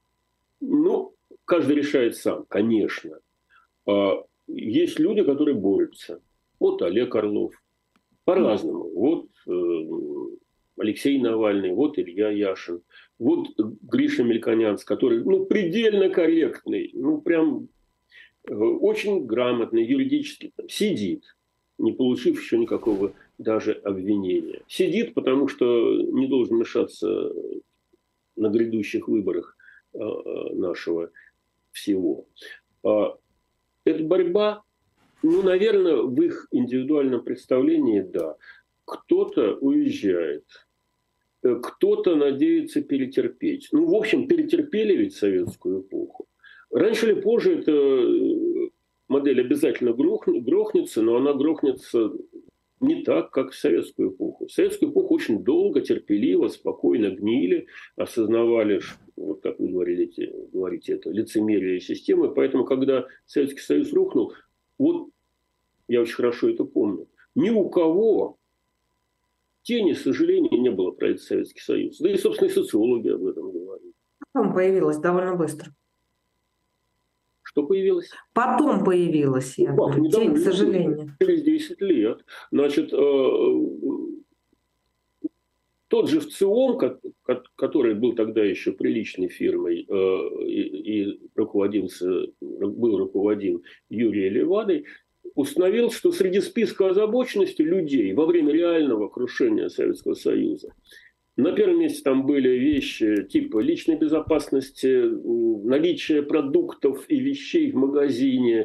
ну, каждый решает сам, конечно. А есть люди, которые борются. Вот Олег Орлов. По-разному. Вот э, Алексей Навальный, вот Илья Яшин, вот Гриша Мельконянц, который ну, предельно корректный, ну прям э, очень грамотный юридически, там, сидит, не получив еще никакого даже обвинения. Сидит, потому что не должен мешаться на грядущих выборах э, нашего всего. А эта борьба, ну, наверное, в их индивидуальном представлении, да. Кто-то уезжает, кто-то надеется перетерпеть. Ну, в общем, перетерпели ведь советскую эпоху. Раньше или позже эта модель обязательно грохнется, но она грохнется не так, как в советскую эпоху. В советскую эпоху очень долго, терпеливо, спокойно гнили, осознавали, что, вот как вы говорите, говорите, это лицемерие системы. Поэтому, когда Советский Союз рухнул, вот я очень хорошо это помню, ни у кого тени сожаления не было про этот Советский Союз. Да и, собственно, и социологи об этом говорят. Потом появилась довольно быстро. Что появилось? Потом появилась, я Ну, говорю, как, тень, к недавно, сожалению. через десять лет. Значит, тот же ВЦИОМ, который был тогда еще приличной фирмой и руководился, был руководим Юрием Левадой, установил, что среди списка озабоченности людей во время реального крушения Советского Союза на первом месте там были вещи типа личной безопасности, наличие продуктов и вещей в магазине,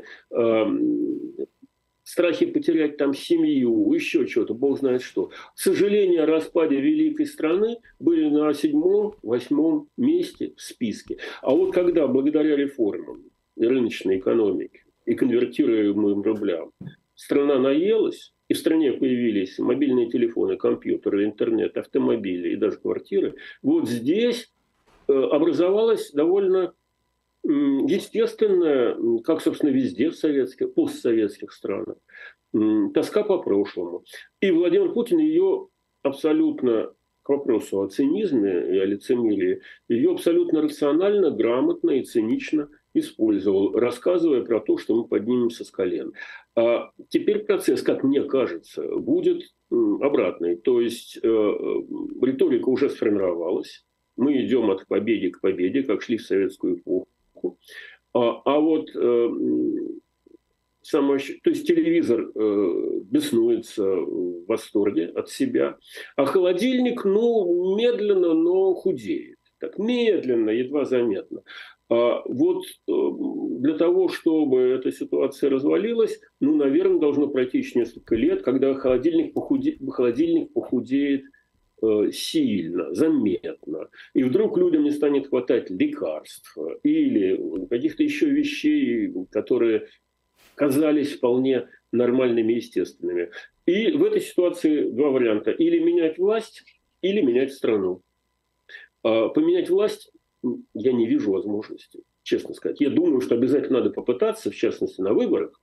страхи потерять там семью, еще что-то, бог знает что. К сожалению, о распаде великой страны были на седьмом, восьмом месте в списке. А вот когда благодаря реформам рыночной экономики и конвертируемым рублям страна наелась, и в стране появились мобильные телефоны, компьютеры, интернет, автомобили и даже квартиры, вот здесь образовалась довольно естественная, как, собственно, везде в советских, постсоветских странах, тоска по прошлому. И Владимир Путин ее абсолютно, к вопросу о цинизме и о лицемерии, ее абсолютно рационально, грамотно и цинично использовал, рассказывая про то, что мы поднимемся с колен. А теперь процесс, как мне кажется, будет обратный. То есть э, риторика уже сформировалась. Мы идем от победы к победе, как шли в советскую эпоху. А, а вот э, самоощ... то есть телевизор э, беснуется в восторге от себя, а холодильник, ну, медленно, но худеет. Так медленно, едва заметно. А вот э, для того, чтобы эта ситуация развалилась, ну, наверное, должно пройти еще несколько лет, когда холодильник, похуде... холодильник похудеет сильно, заметно, и вдруг людям не станет хватать лекарств или каких-то еще вещей, которые казались вполне нормальными, естественными. И в этой ситуации два варианта. Или менять власть, или менять страну. Поменять власть я не вижу возможности, честно сказать. Я думаю, что обязательно надо попытаться, в частности, на выборах,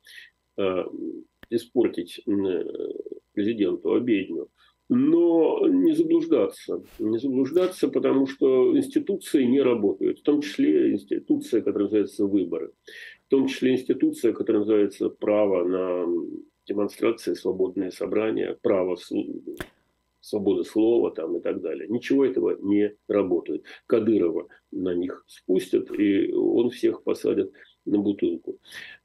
испортить президенту обедню. Но не заблуждаться, не заблуждаться, потому что институции не работают, в том числе институция, которая называется выборы, в том числе институция, которая называется право на демонстрации, свободные собрания, право свободы слова там, и так далее. Ничего этого не работает. Кадырова на них спустят, и он всех посадит на бутылку.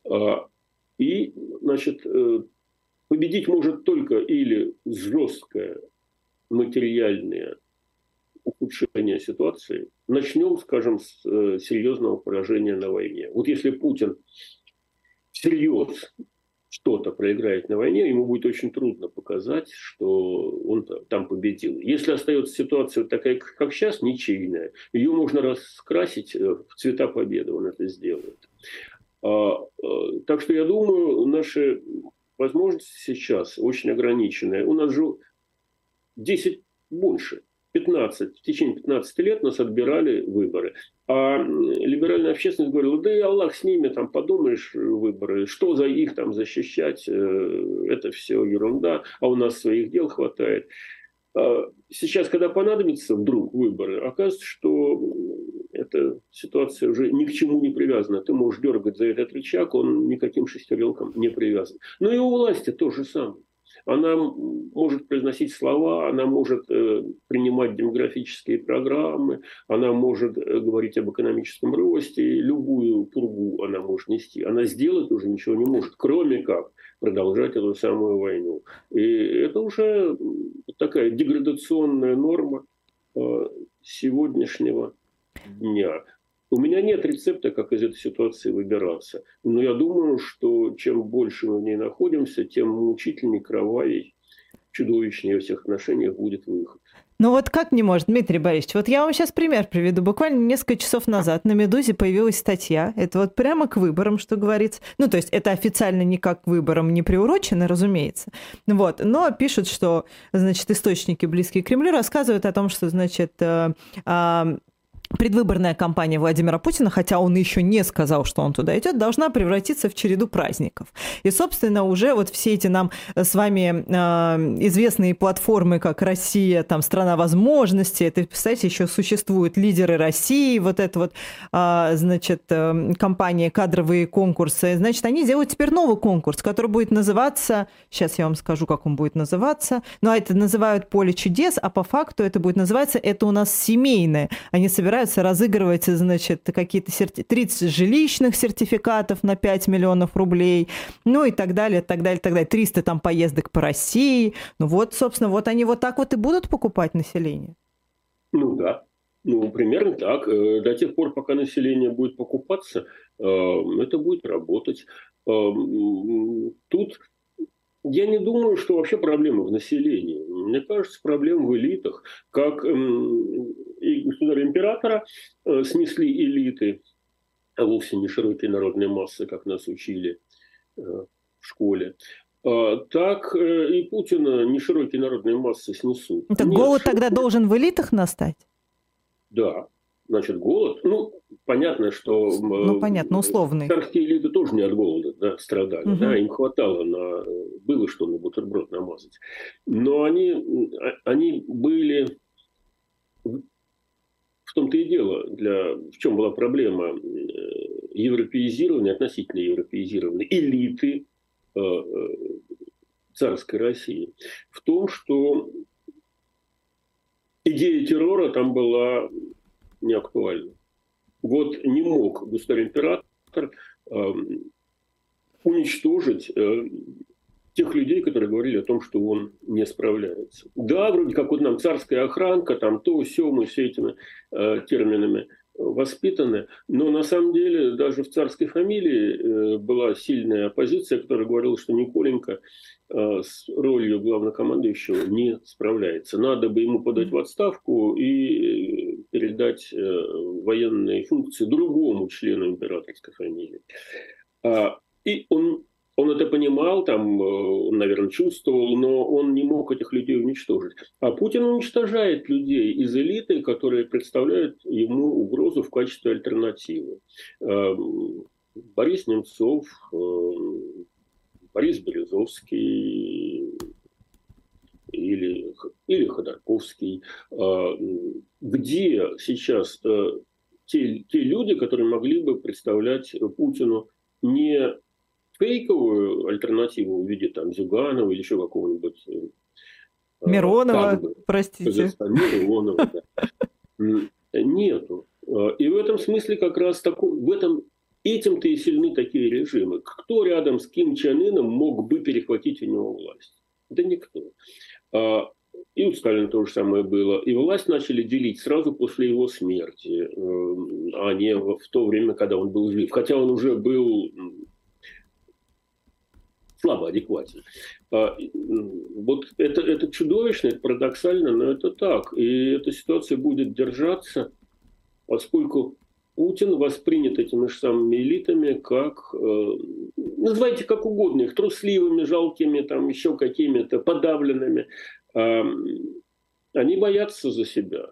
И, значит, победить может только или жесткое материальное ухудшение ситуации. Начнем, скажем, с серьезного поражения на войне. Вот если Путин всерьез что-то проиграет на войне, ему будет очень трудно показать, что он там победил. Если остается ситуация такая, как сейчас, ничейная, ее можно раскрасить в цвета победы, он это сделает. Так что я думаю, наши возможности сейчас очень ограниченные. У нас же десять больше. пятнадцать, в течение пятнадцати лет нас отбирали выборы. А либеральная общественность говорила, да и Аллах с ними, там, подумаешь, выборы, что за их там защищать, это все ерунда, а у нас своих дел хватает. Сейчас, когда понадобится вдруг выборы, оказывается, что эта ситуация уже ни к чему не привязана. Ты можешь дергать за этот рычаг, он никаким шестеренкам не привязан. Но и у власти то же самое. Она может произносить слова, она может э, принимать демографические программы, она может э, говорить об экономическом росте, любую пургу она может нести. Она сделать уже ничего не может, кроме как продолжать эту самую войну. И это уже такая деградационная норма э, сегодняшнего дня. У меня нет рецепта, как из этой ситуации выбираться. Но я думаю, что чем больше мы в ней находимся, тем мучительнее, кровавей, чудовищнее во всех отношениях будет выход. Ну вот как не может, Дмитрий Борисович? Вот я вам сейчас пример приведу. Буквально несколько часов назад на «Медузе» появилась статья. Это вот прямо к выборам, что говорится. Ну, то есть это официально никак к выборам не приурочено, разумеется. Вот. Но пишут, что, значит, источники, близкие к Кремлю, рассказывают о том, что, значит, э, э, предвыборная кампания Владимира Путина, хотя он еще не сказал, что он туда идет, должна превратиться в череду праздников. И, собственно, уже вот все эти нам с вами э, известные платформы, как Россия, там, страна возможностей, это, представляете, еще существуют лидеры России, вот это вот, э, значит, э, компания «Кадровые конкурсы», значит, они делают теперь новый конкурс, который будет называться, сейчас я вам скажу, как он будет называться, ну, а это называют «Поле чудес», а по факту это будет называться «Это у нас семейное». Они собираются разыгрывать, значит, какие-то серти... тридцать жилищных сертификатов на пять миллионов рублей, ну и так далее, так далее, так далее. триста там поездок по России. Ну вот, собственно, вот они вот так вот и будут покупать население. Ну да, ну примерно так. До тех пор, пока население будет покупаться, это будет работать. Тут я не думаю, что вообще проблема в населении. Мне кажется, проблема в элитах. Как и государя-императора снесли элиты, а вовсе не широкие народные массы, как нас учили в школе, так и Путина не широкие народные массы снесут. Так Нет, голод широкие... тогда должен в элитах настать? Да. Значит, голод, ну, понятно, что ну, понятно, условный. Царские элиты тоже не от голода, да, страдали, угу. да, им хватало, на, было что на бутерброд намазать. Но они, они были, в том-то и дело, для, в чем была проблема европеизированной, относительно европеизированной элиты э, царской России, в том, что идея террора там была не актуально. Вот не мог государь-император э, уничтожить э, тех людей, которые говорили о том, что он не справляется. Да, вроде как вот нам царская охранка, там то, сё, мы все этими э, терминами воспитаны, но на самом деле даже в царской фамилии э, была сильная оппозиция, которая говорила, что Николенко э, с ролью главнокомандующего не справляется. Надо бы ему подать в отставку и передать э, военные функции другому члену императорской фамилии. А, и он, он это понимал, там, он, наверное, чувствовал, но он не мог этих людей уничтожить. А Путин уничтожает людей из элиты, которые представляют ему угрозу в качестве альтернативы. Э, Борис Немцов, э, Борис Березовский или, или Ходорковский. Где сейчас те, те люди, которые могли бы представлять Путину не фейковую альтернативу в виде там Зюганова или еще какого-нибудь Миронова, как бы, простите. Миронова, да. Нету. И в этом смысле как раз такой, в этом этим-то и сильны такие режимы. Кто рядом с Ким Чен Ыном мог бы перехватить у него власть? Да никто. И у Сталина то же самое было. И власть начали делить сразу после его смерти, а не в то время, когда он был жив. Хотя он уже был слабо адекватен. Вот это, это чудовищно, это парадоксально, но это так. И эта ситуация будет держаться, поскольку Путин воспринят этими же самыми элитами как, э, называйте как угодно, их трусливыми, жалкими, там еще какими-то подавленными. Э, они боятся за себя.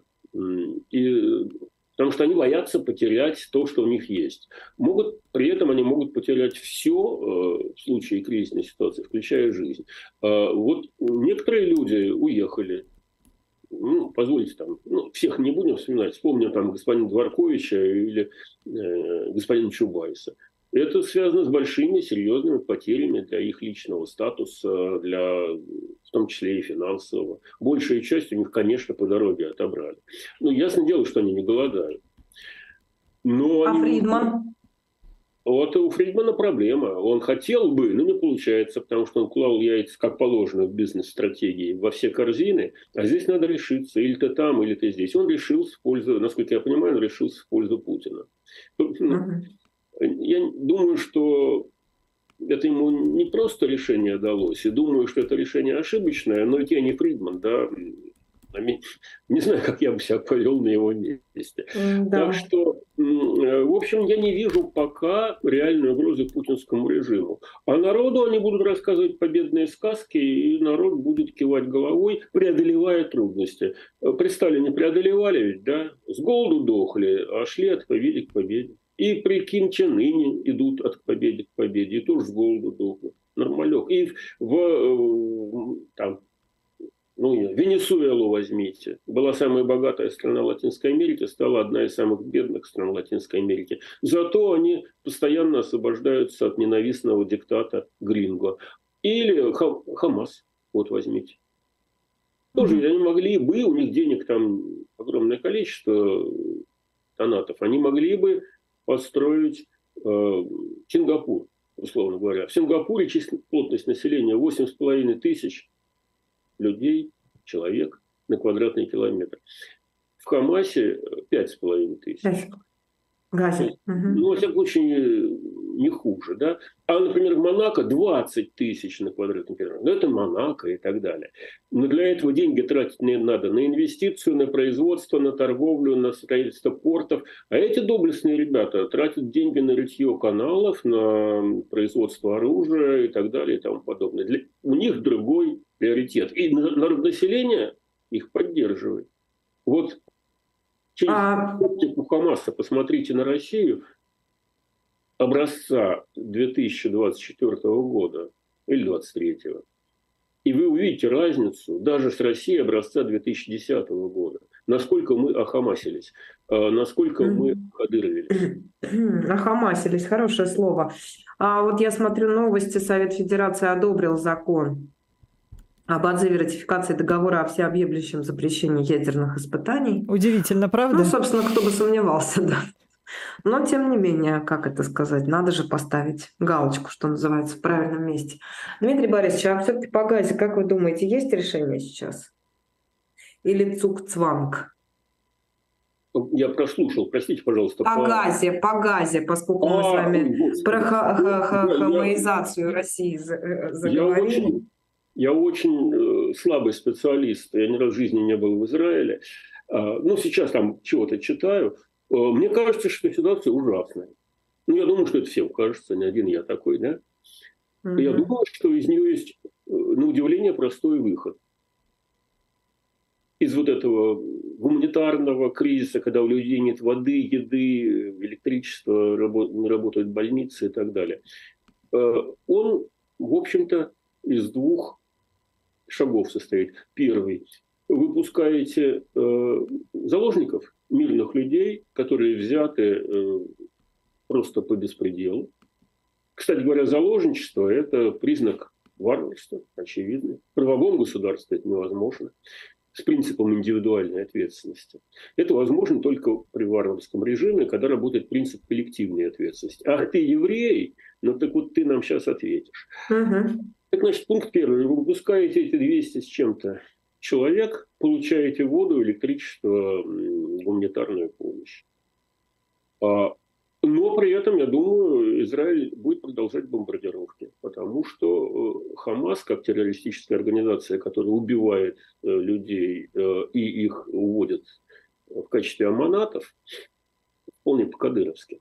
И, потому что они боятся потерять то, что у них есть. Могут, при этом они могут потерять все э, в случае кризисной ситуации, включая жизнь. Э, вот некоторые люди уехали. Ну, позвольте, там, ну, всех не будем вспоминать. Вспомним там господина Дворковича или э, господина Чубайса. Это связано с большими, серьезными потерями для их личного статуса, для, в том числе и финансового. Большая часть у них, конечно, по дороге отобрали. Ну, ясное дело, что они не голодают. Но а они... Фридман? Вот у Фридмана проблема. Он хотел бы, но не получается, потому что он клал яйца, как положено в бизнес-стратегии, во все корзины. А здесь надо решиться. Или ты там, или ты здесь. Он решился в пользу, насколько я понимаю, он решился в пользу Путина. Uh-huh. Я думаю, что это ему не просто решение далось. И думаю, что это решение ошибочное. Но ведь я не Фридман, да. Не знаю, как я бы себя повел на его месте. Да. Так что, в общем, я не вижу пока реальной угрозы путинскому режиму. А народу они будут рассказывать победные сказки, и народ будет кивать головой, преодолевая трудности. При Сталине преодолевали ведь, да? С голоду дохли, а шли от победы к победе. И при Ким Чен Ыне идут от победы к победе, и тоже с голоду дохли. Нормалек. И в, там, ну, Венесуэлу возьмите. Была самая богатая страна Латинской Америки, стала одна из самых бедных стран Латинской Америки. Зато они постоянно освобождаются от ненавистного диктата Гринго. Или Хамас, вот возьмите. Тоже mm-hmm. они могли бы, у них денег там огромное количество донатов, они могли бы построить э, Сингапур, условно говоря. В Сингапуре численность, плотность населения восемь с половиной тысяч людей, человек на квадратный километр. В Хамасе пять с половиной тысяч. Газе. Ну, во всяком случае, не хуже, да. А, например, в Монако двадцать тысяч на квадратный километр. Ну, это Монако и так далее. Но для этого деньги тратить не надо на инвестицию, на производство, на торговлю, на строительство портов. А эти доблестные ребята тратят деньги на рытье каналов, на производство оружия и так далее и тому подобное. Для... У них другой приоритет. И народонаселение их поддерживает. Вот через а... оптику Хамаса посмотрите на Россию образца две тысячи двадцать четвёртого года или двадцать третьего. И вы увидите разницу даже с Россией образца две тысячи десятого года. Насколько мы охамасились, насколько мы одырывались. Охамасились, хорошее слово. А вот я смотрю новости, Совет Федерации одобрил закон об отзыве ратификации договора о всеобъемлющем запрещении ядерных испытаний. Удивительно, правда? Ну, собственно, кто бы сомневался, да. Но, тем не менее, как это сказать, надо же поставить галочку, что называется, в правильном месте. Дмитрий Борисович, а все-таки по газе, как вы думаете, есть решение сейчас? Или цук-цванг? Я прослушал, простите, пожалуйста. По, по... газе, по газе, поскольку а, мы с вами господи. про хамаизацию России заговорили. Я очень, я очень слабый специалист, я ни разу в жизни не был в Израиле. Ну, сейчас там чего-то читаю. Мне кажется, что ситуация ужасная. Ну, я думаю, что это всем кажется, не один я такой, да? Mm-hmm. Я думаю, что из нее есть, на удивление, простой выход. Из вот этого гуманитарного кризиса, когда у людей нет воды, еды, электричества, не работают больницы и так далее. Он, в общем-то, из двух шагов состоит. Первый. Вы пускаете заложников, мирных людей, которые взяты э, просто по беспределу. Кстати говоря, заложничество – это признак варварства, очевидно. В правовом государстве это невозможно. С принципом индивидуальной ответственности. Это возможно только при варварском режиме, когда работает принцип коллективной ответственности. А ты еврей, ну так вот ты нам сейчас ответишь. Угу. Так, значит, пункт первый. Вы выпускаете эти двести с чем-то человек, получаете воду, электричество, гуманитарную помощь. А Но при этом, я думаю, Израиль будет продолжать бомбардировки, потому что Хамас, как террористическая организация, которая убивает людей и их уводит в качестве аманатов, вполне по-кадыровски,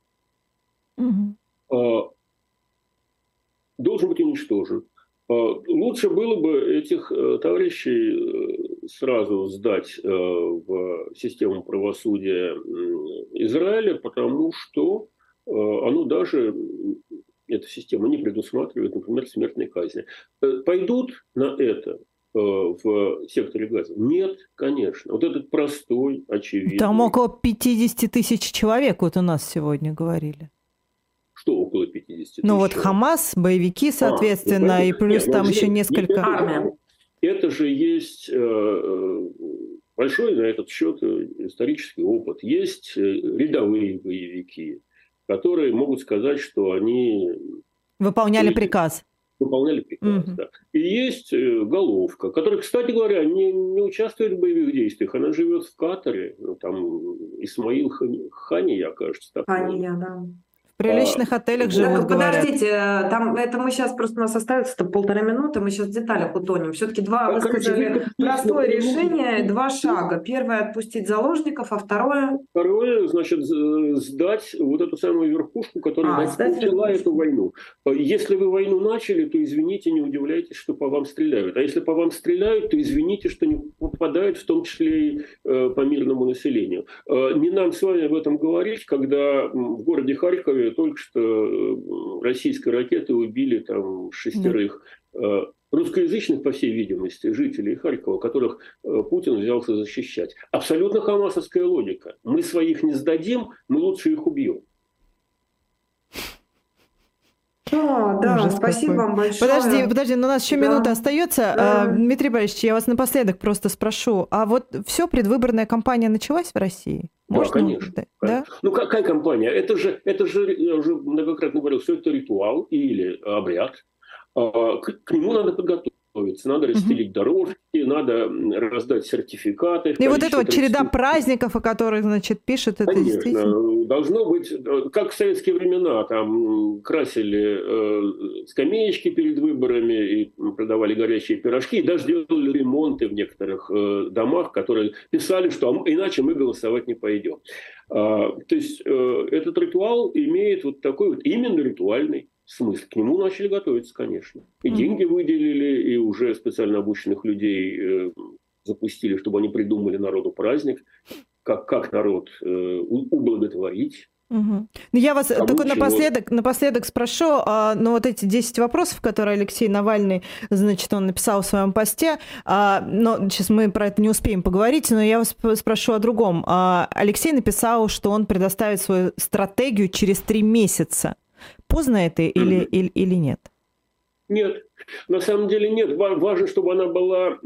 угу. должен быть уничтожен. Лучше было бы этих товарищей сразу сдать в систему правосудия Израиля, потому что оно даже, эта система не предусматривает, например, смертной казни. Пойдут на это в секторе Газа? Нет, конечно. Вот этот простой, очевидный. Там около пятьдесят тысяч человек, вот у нас сегодня говорили. Что около пятьдесят тысяч? Ну вот Хамас, боевики, соответственно, а, ну, и плюс нет, там еще несколько... Армия. Это же есть большой на этот счет исторический опыт. Есть рядовые боевики, которые могут сказать, что они... Выполняли приказ. Выполняли приказ, угу. да. И есть Головка, которая, кстати говоря, не, не участвует в боевых действиях. Она живет в Катаре. Ну, там Исмаил Хания, кажется. Такой. Хания, да. В приличных а, отелях живут, так, говорят. Подождите, там, это мы сейчас просто, у нас остается полторы минуты, мы сейчас в деталях утонем. Все-таки два, вы сказали, простое решение, два шага. Первое – отпустить заложников, а второе? Второе, значит, сдать вот эту самую верхушку, которая а, начала эту войну. Если вы войну начали, то, извините, не удивляйтесь, что по вам стреляют. А если по вам стреляют, то извините, что не попадают, в том числе и по мирному населению. Не нам с вами об этом говорить, когда в городе Харькове только что российской ракеты убили там шестерых э, русскоязычных, по всей видимости, жителей Харькова, которых э, Путин взялся защищать. Абсолютно хамасовская логика. Мы своих не сдадим, мы лучше их убьем. А, да, Ужас спасибо какой. вам большое. Подожди, подожди, но у нас еще да. минута остается. Да. А, Дмитрий Борисович, я вас напоследок просто спрошу. А вот все, предвыборная кампания началась в России? Можно? Да, конечно. Да? конечно. Ну, какая кампания? Это же, это же, я уже многократно говорил, что это ритуал или обряд. К, к нему надо подготовиться. Надо расстелить угу. дорожки, надо раздать сертификаты. И вот эта вот череда праздников, о которых, значит, пишет, это Конечно. действительно... Должно быть, как в советские времена, там красили э, скамеечки перед выборами и продавали горячие пирожки, и даже делали ремонты в некоторых э, домах, которые писали, что иначе мы голосовать не пойдем. А, то есть э, этот ритуал имеет вот такой вот именно ритуальный смысл. К нему начали готовиться, конечно. И mm-hmm. деньги выделили, и уже специально обученных людей э, запустили, чтобы они придумали народу праздник, как, как народ э, ублаготворить. Угу. Ну, я вас Обучил. только напоследок, напоследок спрошу, а, ну, вот эти десять вопросов, которые Алексей Навальный, значит, он написал в своем посте, а, но сейчас мы про это не успеем поговорить, но я вас спрошу о другом. А, Алексей написал, что он предоставит свою стратегию через три месяца. Поздно это или, mm-hmm. или, или нет? Нет. На самом деле нет. Важно, чтобы она была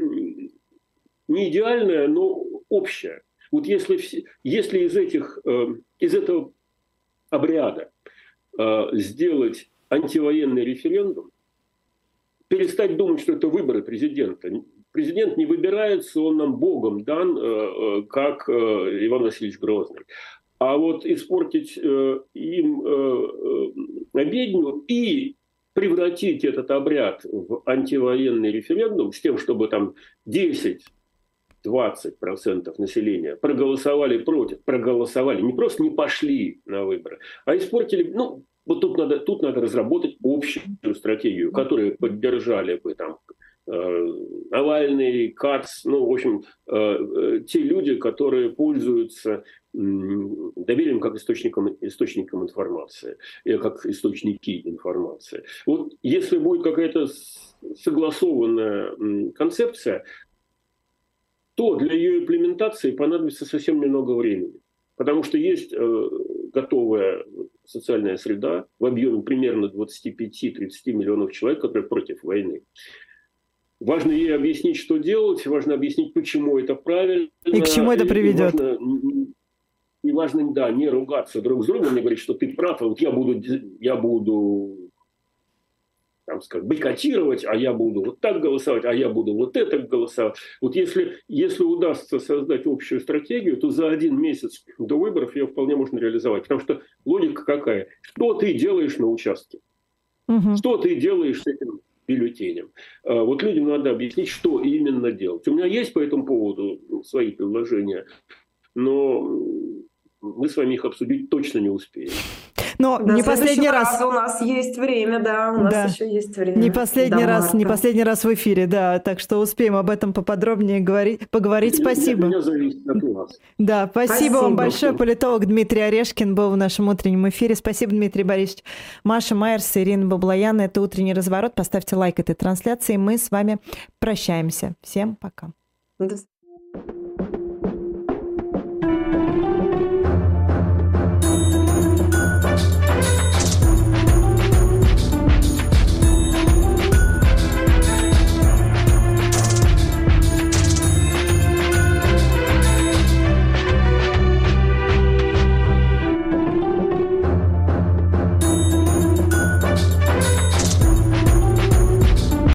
не идеальная, но общая. Вот если, если из, этих, из этого обряда сделать антивоенный референдум, перестать думать, что это выборы президента. Президент не выбирается, он нам Богом дан, как Иван Васильевич Грозный. А вот испортить э, им э, обедню и превратить этот обряд в антивоенный референдум с тем, чтобы там десять-двадцать процентов населения проголосовали против, проголосовали, не просто не пошли на выборы, а испортили, ну, вот тут надо, тут надо разработать общую стратегию, которую поддержали бы там Навальный, Кац, ну, в общем, те люди, которые пользуются доверием как источником, источником информации, как источники информации. Вот если будет какая-то согласованная концепция, то для ее имплементации понадобится совсем немного времени. Потому что есть готовая социальная среда в объеме примерно двадцать пять - тридцать миллионов человек, которые против войны. Важно ей объяснить, что делать, важно объяснить, почему это правильно. И к чему это приведет. И важно, и важно, да, не ругаться друг с другом, не говорить, что ты прав, а вот я буду, я буду там, скажем, бойкотировать, а я буду вот так голосовать, а я буду вот это голосовать. Вот если, если удастся создать общую стратегию, то за один месяц до выборов ее вполне можно реализовать. Потому что логика какая? Что ты делаешь на участке? Угу. Что ты делаешь с этим бюллетенем? Вот людям надо объяснить, что именно делать. У меня есть по этому поводу свои предложения, но мы с вами их обсудить точно не успеем. Но да, не последний раз... раз у нас есть время, да, у нас да. еще есть время. Не последний раз, не последний раз в эфире, да, так что успеем об этом поподробнее говорить, поговорить. Спасибо. Меня зависит от вас. Да, спасибо, спасибо вам большое. Политолог Дмитрий Орешкин был в нашем утреннем эфире. Спасибо, Дмитрий Борисович. Маша Майерс, Ирина Баблоян. Это «Утренний разворот». Поставьте лайк этой трансляции. Мы с вами прощаемся. Всем пока.